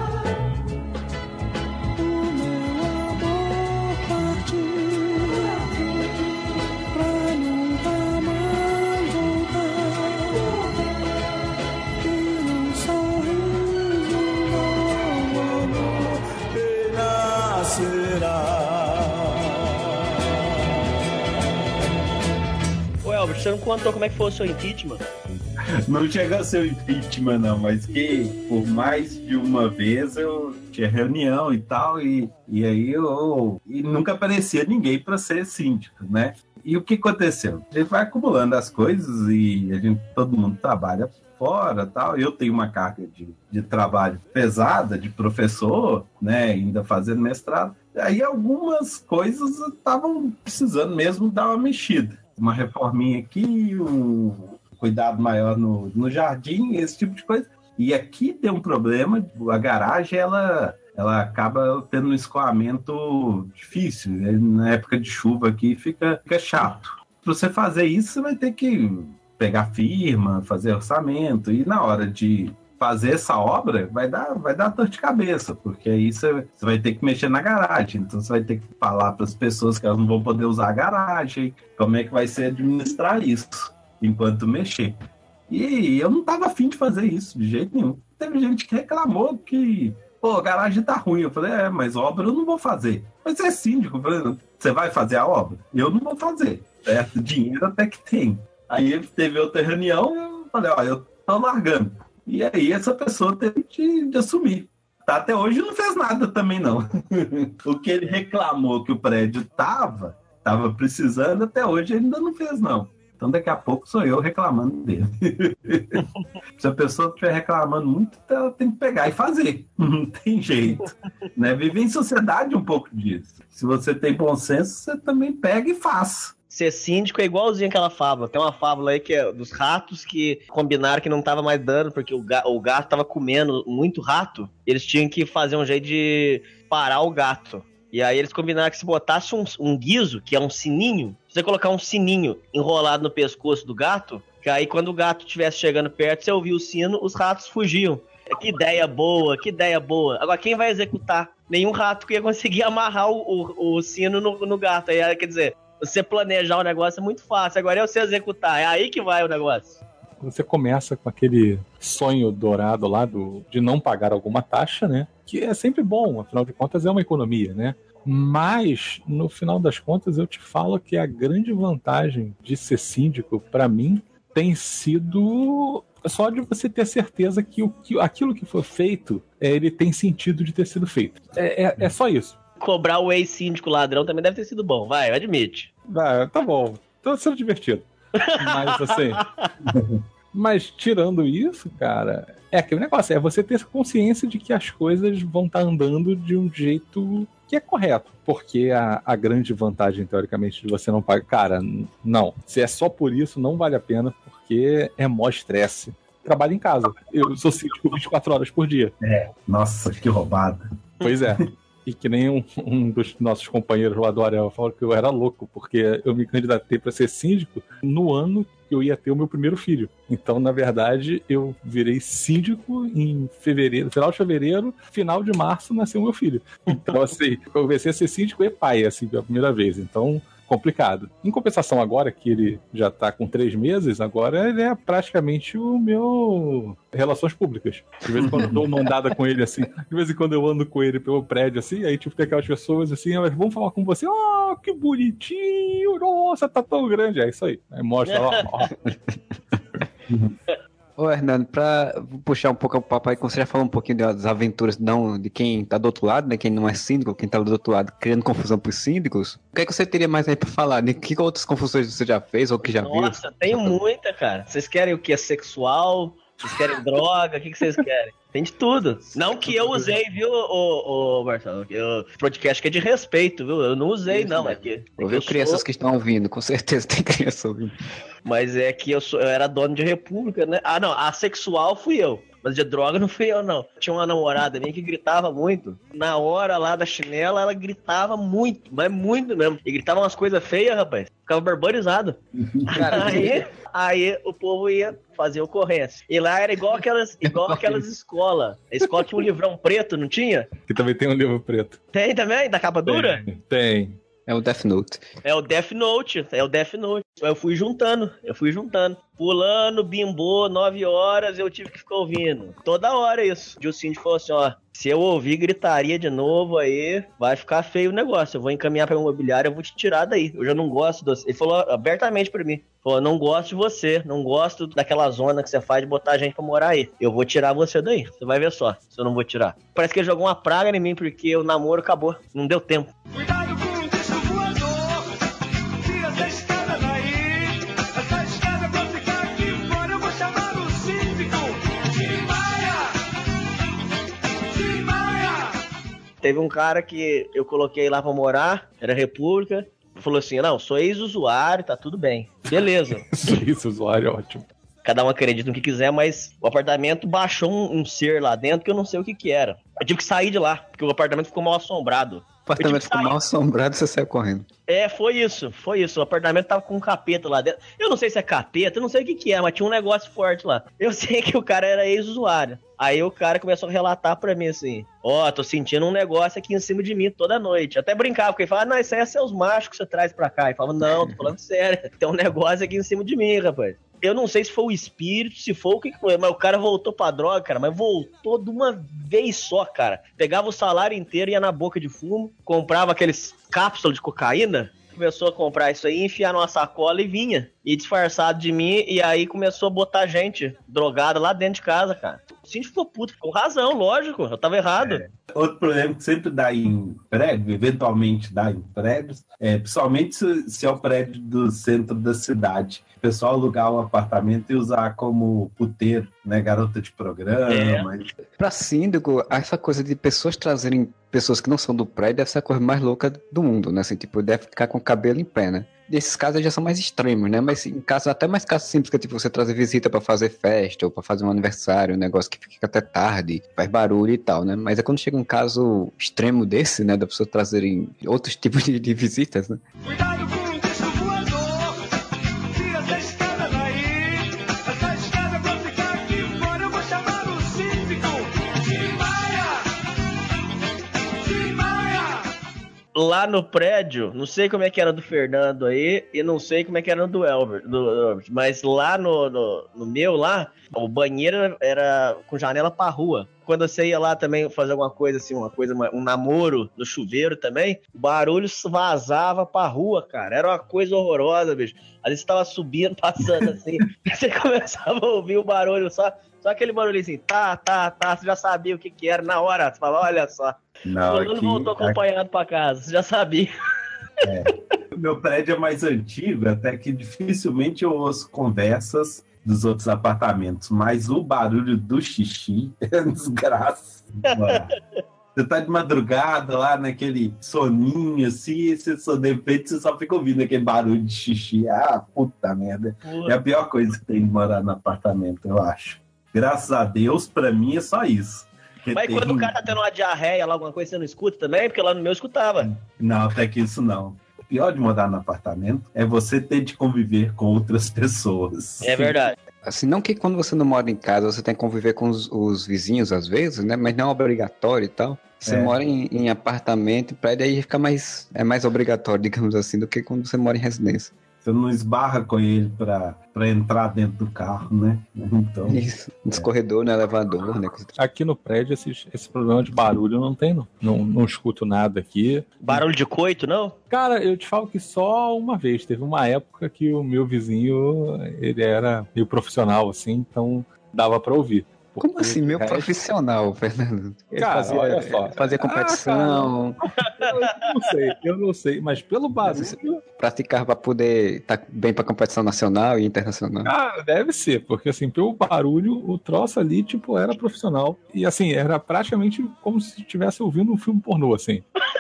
Você não contou como é que foi o seu impeachment? Não chegou a ser o impeachment, não, mas que por mais de uma vez eu tinha reunião e tal, e, e aí eu e nunca aparecia ninguém para ser síndico, né? E o que aconteceu? Ele vai acumulando as coisas e a gente, todo mundo trabalha fora tal. Eu tenho uma carga de, de trabalho pesada, de professor, né? Ainda fazendo mestrado. Aí algumas coisas estavam precisando mesmo dar uma mexida. Uma reforminha aqui, um cuidado maior no, no jardim, esse tipo de coisa. E aqui tem um problema, a garagem, ela, ela acaba tendo um escoamento difícil. Né? Na época de chuva aqui fica, fica chato. Para você fazer isso, você vai ter que pegar firma, fazer orçamento, e na hora de fazer essa obra, vai dar, vai dar dor de cabeça, porque aí você, você vai ter que mexer na garagem, então você vai ter que falar para as pessoas que elas não vão poder usar a garagem, como é que vai ser administrar isso, enquanto mexer. E eu não estava afim de fazer isso, de jeito nenhum. Teve gente que reclamou que, pô, a garagem tá ruim. Eu falei, é, mas obra eu não vou fazer. Mas você é síndico, eu falei, você vai fazer a obra? Eu não vou fazer, certo? Dinheiro até que tem. Aí teve outra reunião, eu falei, ó, eu tô largando. E aí essa pessoa teve de, de assumir. Tá, até hoje não fez nada também, não. O que ele reclamou que o prédio tava, tava precisando, até hoje ele ainda não fez, não. Então daqui a pouco sou eu reclamando dele. Se a pessoa estiver reclamando muito, ela tem que pegar e fazer. Não tem jeito. Né? Viver em sociedade um pouco disso. Se você tem bom senso, você também pega e faz. Ser síndico é igualzinho aquela fábula. Tem uma fábula aí que é dos ratos que combinaram que não tava mais dando, porque o, ga- o gato tava comendo muito rato. Eles tinham que fazer um jeito de parar o gato. E aí eles combinaram que se botasse um, um guiso, que é um sininho, se você colocar um sininho enrolado no pescoço do gato, que aí quando o gato estivesse chegando perto, você ouvia o sino, os ratos fugiam. Que ideia boa, que ideia boa. Agora, quem vai executar? Nenhum rato que ia conseguir amarrar o, o, o sino no, no gato. Aí, quer dizer, você planejar o negócio é muito fácil. Agora é você executar. É aí que vai o negócio. você começa com aquele sonho dourado lá do, de não pagar alguma taxa, né? Que é sempre bom, afinal de contas é uma economia, né? Mas, no final das contas, eu te falo que a grande vantagem de ser síndico, para mim, tem sido só de você ter certeza que, o, que aquilo que foi feito, é, ele tem sentido de ter sido feito. É, é, é só isso. Cobrar o ex-síndico ladrão também deve ter sido bom, vai, admite. Ah, tá bom, tá sendo divertido. Mas, assim... Mas, tirando isso, cara, é aquele negócio, é você ter consciência de que as coisas vão estar andando de um jeito que é correto. Porque a, a grande vantagem, teoricamente, de você não pagar... Cara, não. Se é só por isso, não vale a pena, porque é mó estresse. Trabalho em casa. Eu sou síndico vinte e quatro horas por dia. É, nossa, que roubada. Pois é. E que nem um, um dos nossos companheiros lá do Arel falou que eu era louco, porque eu me candidatei para ser síndico no ano que eu ia ter o meu primeiro filho. Então, na verdade, eu virei síndico em fevereiro, final de fevereiro, final de março nasceu meu filho. Então, assim, eu comecei a ser síndico e pai, assim, pela primeira vez. Então, complicado. Em compensação, agora que ele já tá com três meses, agora ele é praticamente o meu relações públicas. De vez em quando eu dou uma andada com ele, assim, de vez em quando eu ando com ele pelo prédio, assim, aí tipo tem aquelas pessoas assim, elas vão falar com você, oh, que bonitinho, nossa, tá tão grande. É isso aí. Aí mostra lá, ó. Ô, Hernando, pra puxar um pouco o papo aí, como você já falou um pouquinho das aventuras não, de quem tá do outro lado, né? Quem não é síndico, quem tá do outro lado, criando confusão pros síndicos. O que é que você teria mais aí pra falar? Né? Que outras confusões você já fez ou que já Nossa, viu? Nossa, tem muita, cara. Vocês querem o que? Sexual? Vocês querem droga? O que, que vocês querem? Tem de tudo. Não que eu usei, viu, ô, ô Marcelo? O podcast que é de respeito, viu? Eu não usei, não. É que, é Ouviu crianças sou... que estão ouvindo, com certeza tem criança ouvindo. Mas é que eu, sou, eu era dono de república, né? Ah, não, assexual fui eu. Mas de droga não fui eu, não. Tinha uma namorada minha que gritava muito. Na hora lá da chinela, ela gritava muito, mas muito mesmo. E gritava umas coisas feias, rapaz. Ficava barbarizado. aí, aí o povo ia fazer ocorrência. E lá era igual aquelas, igual aquelas escolas. A escola tinha um livrão preto, não tinha? Que também tem um livro preto. Tem também? Da capa dura? Tem. tem. É o Death Note. É o Death Note, é o Death Note. Eu fui juntando, eu fui juntando. Pulando, bimbou, nove horas, eu tive que ficar ouvindo. Toda hora isso. E o síndico falou assim, ó, se eu ouvir gritaria de novo aí, vai ficar feio o negócio. Eu vou encaminhar pra imobiliária, eu vou te tirar daí. Eu já não gosto do... Ele falou abertamente pra mim. Falou, não gosto de você, não gosto daquela zona que você faz de botar gente pra morar aí. Eu vou tirar você daí, você vai ver só, se eu não vou tirar. Parece que ele jogou uma praga em mim, porque o namoro acabou, não deu tempo. Cuidado com o disco voador, tira essa escada daí, essa escada pra ficar aqui fora, eu vou chamar o síndico. Teve um cara que eu coloquei lá pra morar, era República, falou assim, não, sou ex-usuário, tá tudo bem. Beleza. Ex-usuário é ótimo. Cada um acredita no que quiser, mas o apartamento baixou um, um ser lá dentro que eu não sei o que que era. Eu tive que sair de lá, porque o apartamento ficou mal assombrado. O apartamento ficou mal assombrado e você saiu correndo. É, foi isso, foi isso. O apartamento tava com um capeta lá dentro. Eu não sei se é capeta, eu não sei o que que é, mas tinha um negócio forte lá. Eu sei que o cara era ex-usuário. Aí o cara começou a relatar pra mim assim, ó, oh, tô sentindo um negócio aqui em cima de mim toda noite. Até brincava, porque ele falava, não, isso aí é seus machos que você traz pra cá. E falava, não, tô falando sério, tem um negócio aqui em cima de mim, rapaz. Eu não sei se foi o espírito, se foi o que foi, mas o cara voltou pra droga, cara, mas voltou de uma vez só, cara. Pegava o salário inteiro, ia na boca de fumo, comprava aqueles cápsulas de cocaína, começou a comprar isso aí, enfiar numa sacola e vinha. E disfarçado de mim, e aí começou a botar gente drogada lá dentro de casa, cara. O síndico ficou puto, com razão, lógico, eu tava errado. É. Outro problema que sempre dá em prédio, eventualmente dá em prédios, é, principalmente se, se é o prédio do centro da cidade. O pessoal alugar o apartamento e usar como puteiro, né, garota de programa. É. Mas... Pra síndico, essa coisa de pessoas trazerem pessoas que não são do prédio deve ser a coisa mais louca do mundo, né? Assim, tipo, deve ficar com o cabelo em pé, né? Nesses casos já são mais extremos, né? Mas em casos, até mais casos simples, que tipo, você trazer visita pra fazer festa ou pra fazer um aniversário, um negócio que fica até tarde, faz barulho e tal, né? Mas é quando chega um caso extremo desse, né? Da pessoa trazerem outros tipos de, de visitas, né? Cuidado com o disco voador, tira essa escada daí, essa escada pra ficar aqui fora, eu vou chamar o síndico. Timbaia! Timbaia! lá no prédio, não sei como é que era do Fernando aí, e não sei como é que era do Elbert, do Elbert, mas lá no, no, no meu, lá, o banheiro era com janela pra rua. Quando você ia lá também fazer alguma coisa assim, uma coisa, um namoro no chuveiro também, o barulho vazava pra rua, cara. Era uma coisa horrorosa, bicho. Às vezes você tava subindo, passando assim, você começava a ouvir o barulho, só, só aquele barulho assim, tá, tá, tá, você já sabia o que que era na hora. Você fala, olha só, Não, o aqui, voltou acompanhado aqui... pra casa, você já sabia. É. O meu prédio é mais antigo, até que dificilmente eu ouço conversas dos outros apartamentos, mas o barulho do xixi é desgraça. Você tá de madrugada lá naquele soninho assim, você só, de repente você só fica ouvindo aquele barulho de xixi. Ah, puta merda. Porra. É a pior coisa que tem de morar no apartamento, eu acho. Graças a Deus, pra mim é só isso. Mas tem... quando o cara tá tendo uma diarreia lá, alguma coisa, você não escuta também? Porque lá no meu eu escutava. Não, até que isso não. O pior de morar no apartamento é você ter de conviver com outras pessoas. É verdade. Assim, não que quando você não mora em casa, você tem que conviver com os, os vizinhos às vezes, né? Mas não é obrigatório e tal. Você é. mora em, em apartamento, prédio, aí fica mais, é mais obrigatório, digamos assim, do que quando você mora em residência. Você não esbarra com ele pra, pra entrar dentro do carro, né? Então, isso, nos é. corredores, no elevador, né? Aqui no prédio, esse, esse problema de barulho não tem, não. não. Não escuto nada aqui. Barulho de coito, não? Cara, eu te falo que só uma vez. Teve uma época que o meu vizinho, ele era meio profissional, assim, então dava pra ouvir. Como assim, meu resto... profissional, Fernando? Ele cara, fazia, olha só. Fazia competição. Ah, eu não sei, eu não sei, mas pelo barulho... Praticar para poder estar tá bem para competição nacional e internacional. Ah, deve ser, porque assim, pelo barulho, o troço ali, tipo, era profissional. E assim, era praticamente como se estivesse ouvindo um filme pornô, assim.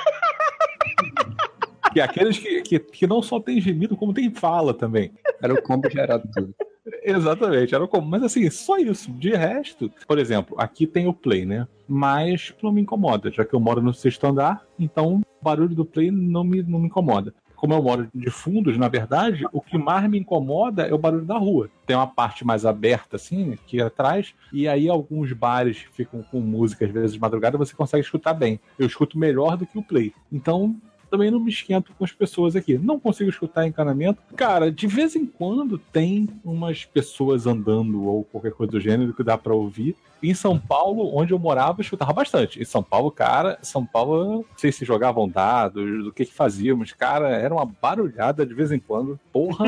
E aqueles que, que, que não só tem gemido, como tem fala também. Era o combo gerado tudo. Exatamente, era como. Mas assim, só isso. De resto, por exemplo, aqui tem o Play, né? Mas não me incomoda, já que eu moro no sexto andar, então o barulho do Play não me, não me incomoda. Como eu moro de fundos, na verdade, o que mais me incomoda é o barulho da rua. Tem uma parte mais aberta, assim, aqui atrás, e aí alguns bares que ficam com música, às vezes de madrugada, você consegue escutar bem. Eu escuto melhor do que o Play. Então, também não me esquento com as pessoas aqui. Não consigo escutar encanamento. Cara, de vez em quando tem umas pessoas andando ou qualquer coisa do gênero que dá pra ouvir. Em São Paulo, onde eu morava, eu escutava bastante. Em São Paulo, cara, São Paulo, não sei se jogavam dados, do que que fazíamos. Cara, era uma barulhada de vez em quando. Porra!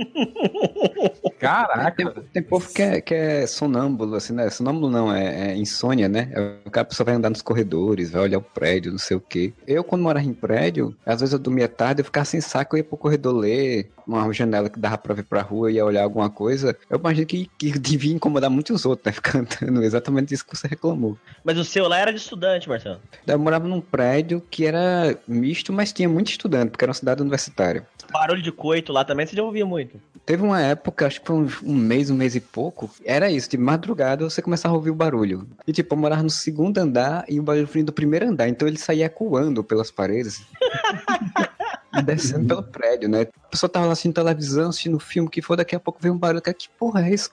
Caraca! Tem, tem povo que é, que é sonâmbulo, assim, né? Sonâmbulo não, é, é insônia, né? O cara só vai andar nos corredores, vai olhar o prédio, não sei o quê. Eu, quando morava em prédio, às vezes eu dormia tarde, eu ficava sem saco, eu ia pro corredor ler, uma janela que dava pra ver pra rua, eu ia olhar alguma coisa. Eu imagino que, que devia incomodar muitos outros, né? Ficar andando, exatamente isso que você reclamou. Mas o seu lá era de estudante, Marcelo? Eu morava num prédio que era misto, mas tinha muito estudante, porque era uma cidade universitária. Barulho de coito lá também você já ouvia muito. Teve uma época, acho que foi um, um mês, um mês e pouco, era isso, de madrugada você começava a ouvir o barulho. E tipo, eu morava no segundo andar e o barulho vinha do primeiro andar, então ele saía ecoando pelas paredes. E descendo pelo prédio, né? A pessoa tava lá assistindo televisão, assistindo filme, que for, daqui a pouco veio um barulho, que porra é isso?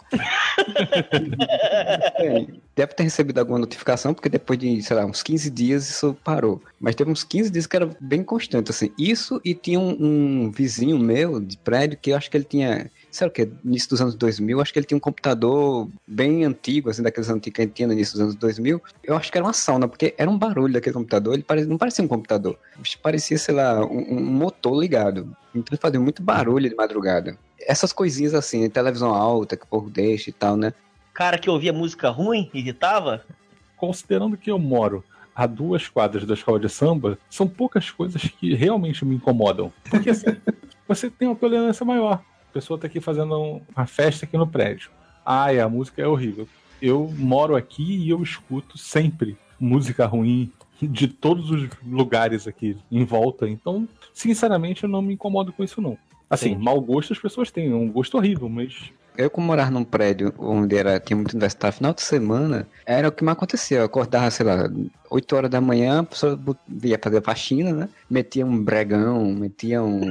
Bem, deve ter recebido alguma notificação, porque depois de, sei lá, uns quinze dias isso parou. Mas teve uns quinze dias que era bem constante, assim. Isso, e tinha um, um vizinho meu de prédio, que eu acho que ele tinha... Sei lá o que, no início dos anos dois mil, acho que ele tinha um computador bem antigo, assim, daqueles antigos que a gente tinha no início dos anos dois mil. Eu acho que era uma sauna, porque era um barulho daquele computador, ele parecia, não parecia um computador. Parecia, sei lá, um, um motor ligado. Então ele fazia muito barulho de madrugada. Essas coisinhas assim, televisão alta que o povo deixa e tal, né? Cara que ouvia música ruim, irritava? Considerando que eu moro a duas quadras da escola de samba, são poucas coisas que realmente me incomodam. Porque assim, você tem uma tolerância maior. A pessoa tá aqui fazendo uma festa aqui no prédio. Ai, a música é horrível. Eu moro aqui e eu escuto sempre música ruim de todos os lugares aqui em volta. Então, sinceramente, eu não me incomodo com isso, não. Assim, Sim. mau gosto as pessoas têm, um gosto horrível, mas... Eu, como morava num prédio onde era, tinha muito universitário, final de semana, era o que mais acontecia. Eu acordava, sei lá, oito horas da manhã, a pessoa ia fazer faxina, né? Metia um bregão, metia um...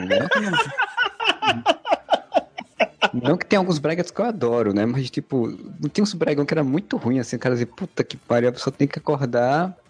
Não que tem alguns bregas que eu adoro, né? Mas, tipo, tem uns bregão que era muito ruim, assim, o cara dizia, puta que pariu, a pessoa tem que acordar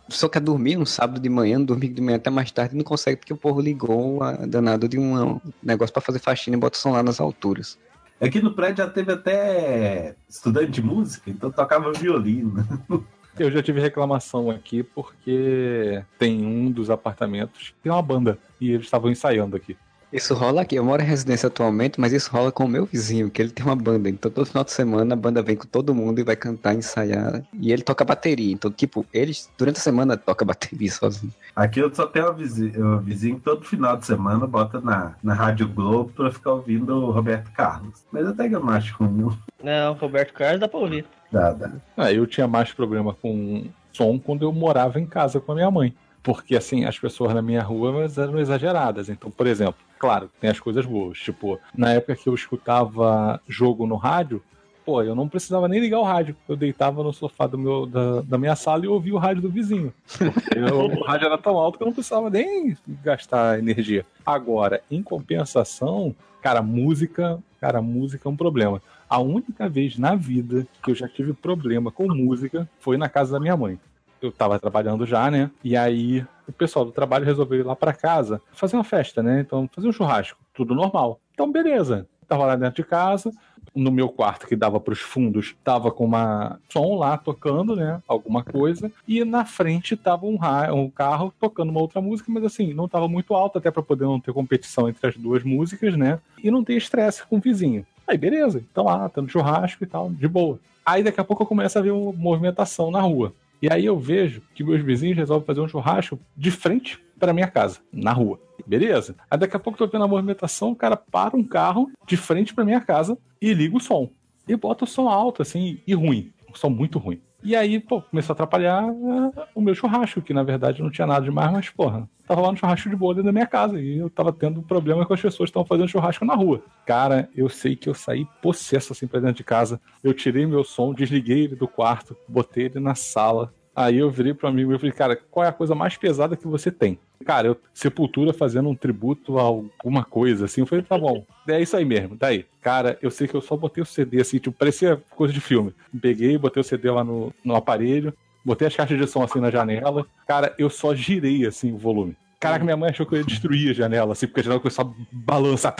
pessoa quer dormir um sábado de manhã, dormir de manhã até mais tarde, não consegue porque o povo ligou a danado de um negócio pra fazer faxina e bota o som lá nas alturas. Aqui no prédio já teve até estudante de música, então tocava violino. Eu já tive reclamação aqui porque tem um dos apartamentos que tem uma banda e eles estavam ensaiando aqui. Isso rola aqui, eu moro em residência atualmente, mas isso rola com o meu vizinho, que ele tem uma banda, então todo final de semana a banda vem com todo mundo e vai cantar, ensaiar, e ele toca bateria, então tipo, eles durante a semana toca bateria sozinho. Aqui eu só tenho um vizinho, um vizinho que todo final de semana bota na, na Rádio Globo pra ficar ouvindo o Roberto Carlos, mas até que eu não acho ruim. Não, Roberto Carlos dá pra ouvir. Dá, dá. Ah, eu tinha mais problema com som quando eu morava em casa com a minha mãe. Porque, assim, as pessoas na minha rua eram exageradas. Então, por exemplo, claro, tem as coisas boas. Tipo, na época que eu escutava jogo no rádio, pô, eu não precisava nem ligar o rádio. Eu deitava no sofá do meu, da, da minha sala e ouvia o rádio do vizinho. Porque eu, o rádio era tão alto que eu não precisava nem gastar energia. Agora, em compensação, cara, música, cara, música é um problema. A única vez na vida que eu já tive problema com música foi na casa da minha mãe. Eu tava trabalhando já, né? E aí o pessoal do trabalho resolveu ir lá pra casa fazer uma festa, né? Então, fazer um churrasco, tudo normal. Então, beleza. Tava lá dentro de casa, no meu quarto que dava pros fundos, tava com uma som lá tocando, né? Alguma coisa. E na frente tava um, ra- um carro tocando uma outra música, mas assim, não tava muito alto, até pra poder não ter competição entre as duas músicas, né? E não ter estresse com o vizinho. Aí, beleza. Então lá, tendo churrasco e tal, de boa. Aí, daqui a pouco eu começo a ver uma movimentação na rua. E aí eu vejo que meus vizinhos resolvem fazer um churrasco de frente para minha casa, na rua. Beleza? Aí daqui a pouco eu tô vendo a movimentação, o cara para um carro de frente para minha casa e liga o som. E bota o som alto, assim, e ruim. Um som muito ruim. E aí, pô, começou a atrapalhar uh, o meu churrasco, que na verdade não tinha nada demais, mas, porra, tava lá no churrasco de boa dentro da minha casa e eu tava tendo um problema com as pessoas que estavam fazendo churrasco na rua. Cara, eu sei que eu saí possesso assim pra dentro de casa, eu tirei meu som, desliguei ele do quarto, botei ele na sala. Aí eu virei pro amigo e falei, cara, qual é a coisa mais pesada que você tem? Cara, eu, Sepultura fazendo um tributo a alguma coisa, assim. Eu falei, tá bom, é isso aí mesmo, tá aí. Cara, eu sei que eu só botei o C D, assim, tipo, parecia coisa de filme. Peguei, botei o C D lá no, no aparelho, botei as caixas de som, assim, na janela. Cara, eu só girei, assim, o volume. Caraca, minha mãe achou que eu ia destruir a janela, assim, porque a janela começou a balançar.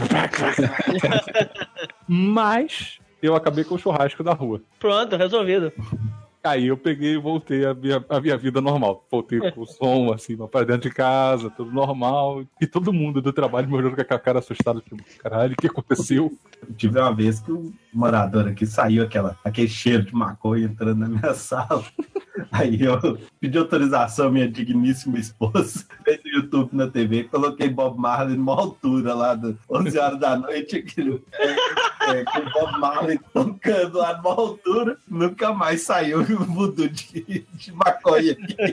Mas eu acabei com o churrasco da rua. Pronto, resolvido. Aí eu peguei e voltei à minha, à minha vida normal. Voltei com o som, assim, pra dentro de casa, tudo normal. E todo mundo do trabalho me olhando com aquela cara assustada, tipo, caralho, o que aconteceu? Tive uma vez que um morador aqui saiu aquela, aquele cheiro de maconha entrando na minha sala. Aí eu pedi autorização à minha digníssima esposa, fez o YouTube na T V, coloquei Bob Marley numa altura lá, das onze horas da noite, aquele, é, é, com Bob Marley tocando lá numa altura, nunca mais saiu o voodoo de, de maconha aqui.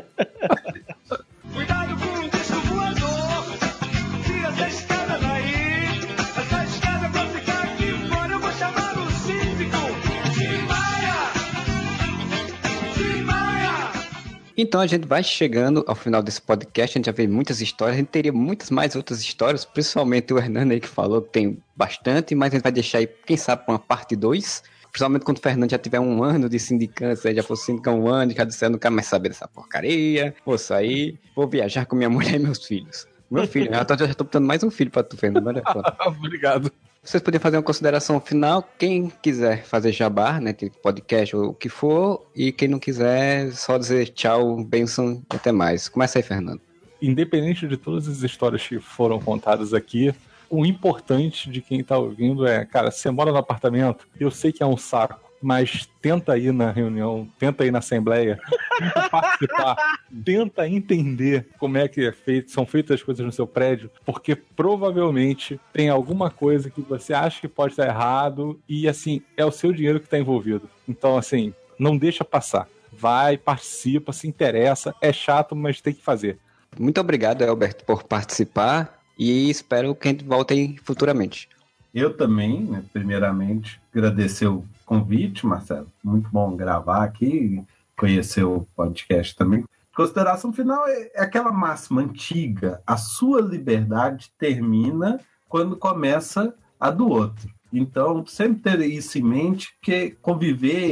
Cuidado com o disco voador. Tira essa escada daí. Essa escada pra ficar aqui fora. Eu vou chamar o síndico. Tim Maia! Tim Maia! Então a gente vai chegando ao final desse podcast, a gente já fez muitas histórias, a gente teria muitas mais outras histórias, principalmente o Hernando aí que falou que tem bastante, mas a gente vai deixar aí, quem sabe, para uma parte dois. Principalmente quando o Fernando já tiver um ano de sindicância, já for síndico há um ano, já disse, eu não quero mais saber dessa porcaria, vou sair, vou viajar com minha mulher e meus filhos. Meu filho, já tô, já tô botando mais um filho pra tu, Fernando, olha só. Obrigado. Vocês podem fazer uma consideração final, quem quiser fazer jabá, né, tem podcast ou o que for, e quem não quiser, só dizer tchau, bênção e até mais. Começa aí, Fernando. Independente de todas as histórias que foram contadas aqui, o importante de quem tá ouvindo é, cara, você mora no apartamento, eu sei que é um saco, mas tenta ir na reunião, tenta ir na assembleia, tenta participar, tenta entender como é que é feito, são feitas as coisas no seu prédio, porque provavelmente tem alguma coisa que você acha que pode estar errado e, assim, é o seu dinheiro que está envolvido. Então, assim, não deixa passar. Vai, participa, se interessa, é chato, mas tem que fazer. Muito obrigado, Elbert, por participar. E espero que a gente volte aí futuramente. Eu também, né, primeiramente, agradecer o convite, Marcelo. Muito bom gravar aqui, conhecer o podcast também. Consideração final é, é aquela máxima antiga: a sua liberdade termina quando começa a do outro. Então, sempre ter isso em mente, que conviver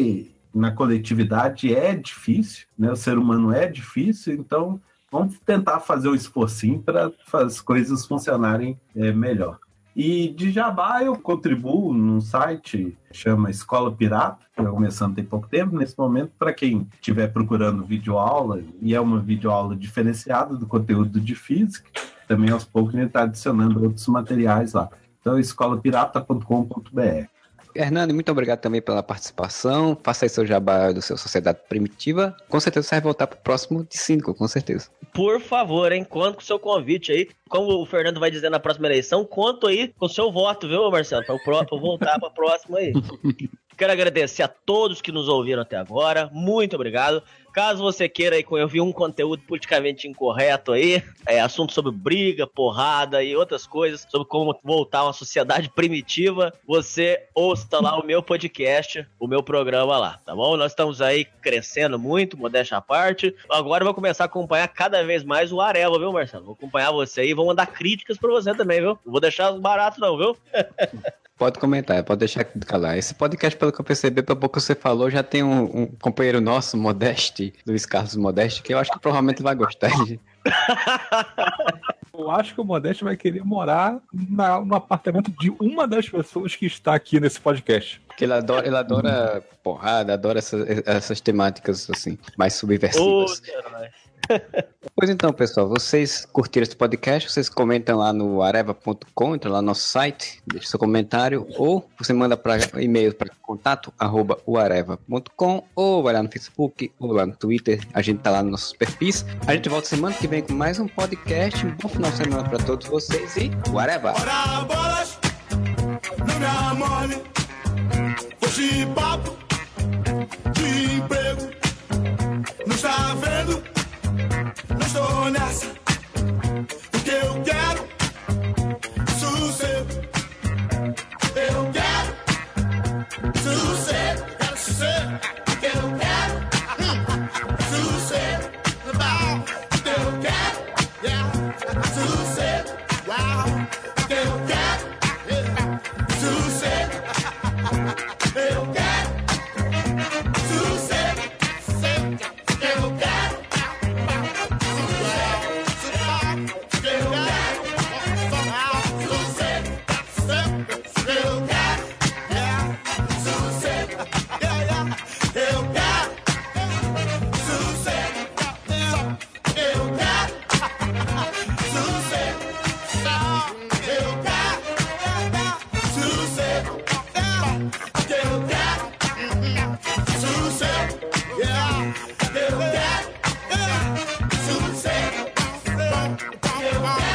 na coletividade é difícil, né? O ser humano é difícil, então vamos tentar fazer um esforcinho para as coisas funcionarem é, melhor. E de jabá eu contribuo num site que chama Escola Pirata, que está começando tem pouco tempo, nesse momento, para quem estiver procurando videoaula, e é uma videoaula diferenciada do conteúdo de física, também aos poucos a gente está adicionando outros materiais lá. Então, escola pirata ponto com ponto b r. Hernani, muito obrigado também pela participação. Faça aí seu jabá do seu Sociedade Primitiva. Com certeza você vai voltar pro próximo de cinco, com certeza. Por favor, hein? Conto com o seu convite aí. Como o Fernando vai dizer na próxima eleição, conto aí com o seu voto, viu, Marcelo? Pra eu voltar pra próxima aí. Quero agradecer a todos que nos ouviram até agora. Muito obrigado. Caso você queira aí ouvir um conteúdo politicamente incorreto aí, é, assunto sobre briga, porrada e outras coisas, sobre como voltar a uma sociedade primitiva, você ouça lá o meu podcast, o meu programa lá, tá bom? Nós estamos aí crescendo muito, modéstia à parte. Agora eu vou começar a acompanhar cada vez mais o Areva, viu, Marcelo? Vou acompanhar você aí, vou mandar críticas pra você também, viu? Não vou deixar barato não, viu? Pode comentar, pode deixar de calar. Esse podcast, pelo que eu percebi, pelo pouco que você falou, já tem um, um companheiro nosso, Modeste, Luiz Carlos Modeste, que eu acho que provavelmente vai gostar. Eu acho que o Modeste vai querer morar na, no apartamento de uma das pessoas que está aqui nesse podcast. Porque ele adora, ele adora porrada, adora essa, essas temáticas assim, mais subversivas. Oh, pois então, pessoal, vocês curtiram esse podcast, vocês comentam lá no areva ponto com, entra lá no nosso site, deixa seu comentário, ou você manda para e-mail para contato arroba areva ponto com, ou vai lá no Facebook, ou lá no Twitter, a gente tá lá nos nossos perfis. A gente volta semana que vem com mais um podcast. Um bom final de semana para todos vocês e Areva! Ora bolas, não me amole, fosse papo de emprego, não está vendo? Não estou nessa, o que eu quero, sossego. Eu quero, sossego, quero sossego. O que eu quero, sossego. O que eu quero, yeah, sossego. Wow. O que eu quero, sossego. Eu quero, sossego. Eu quero. Yeah.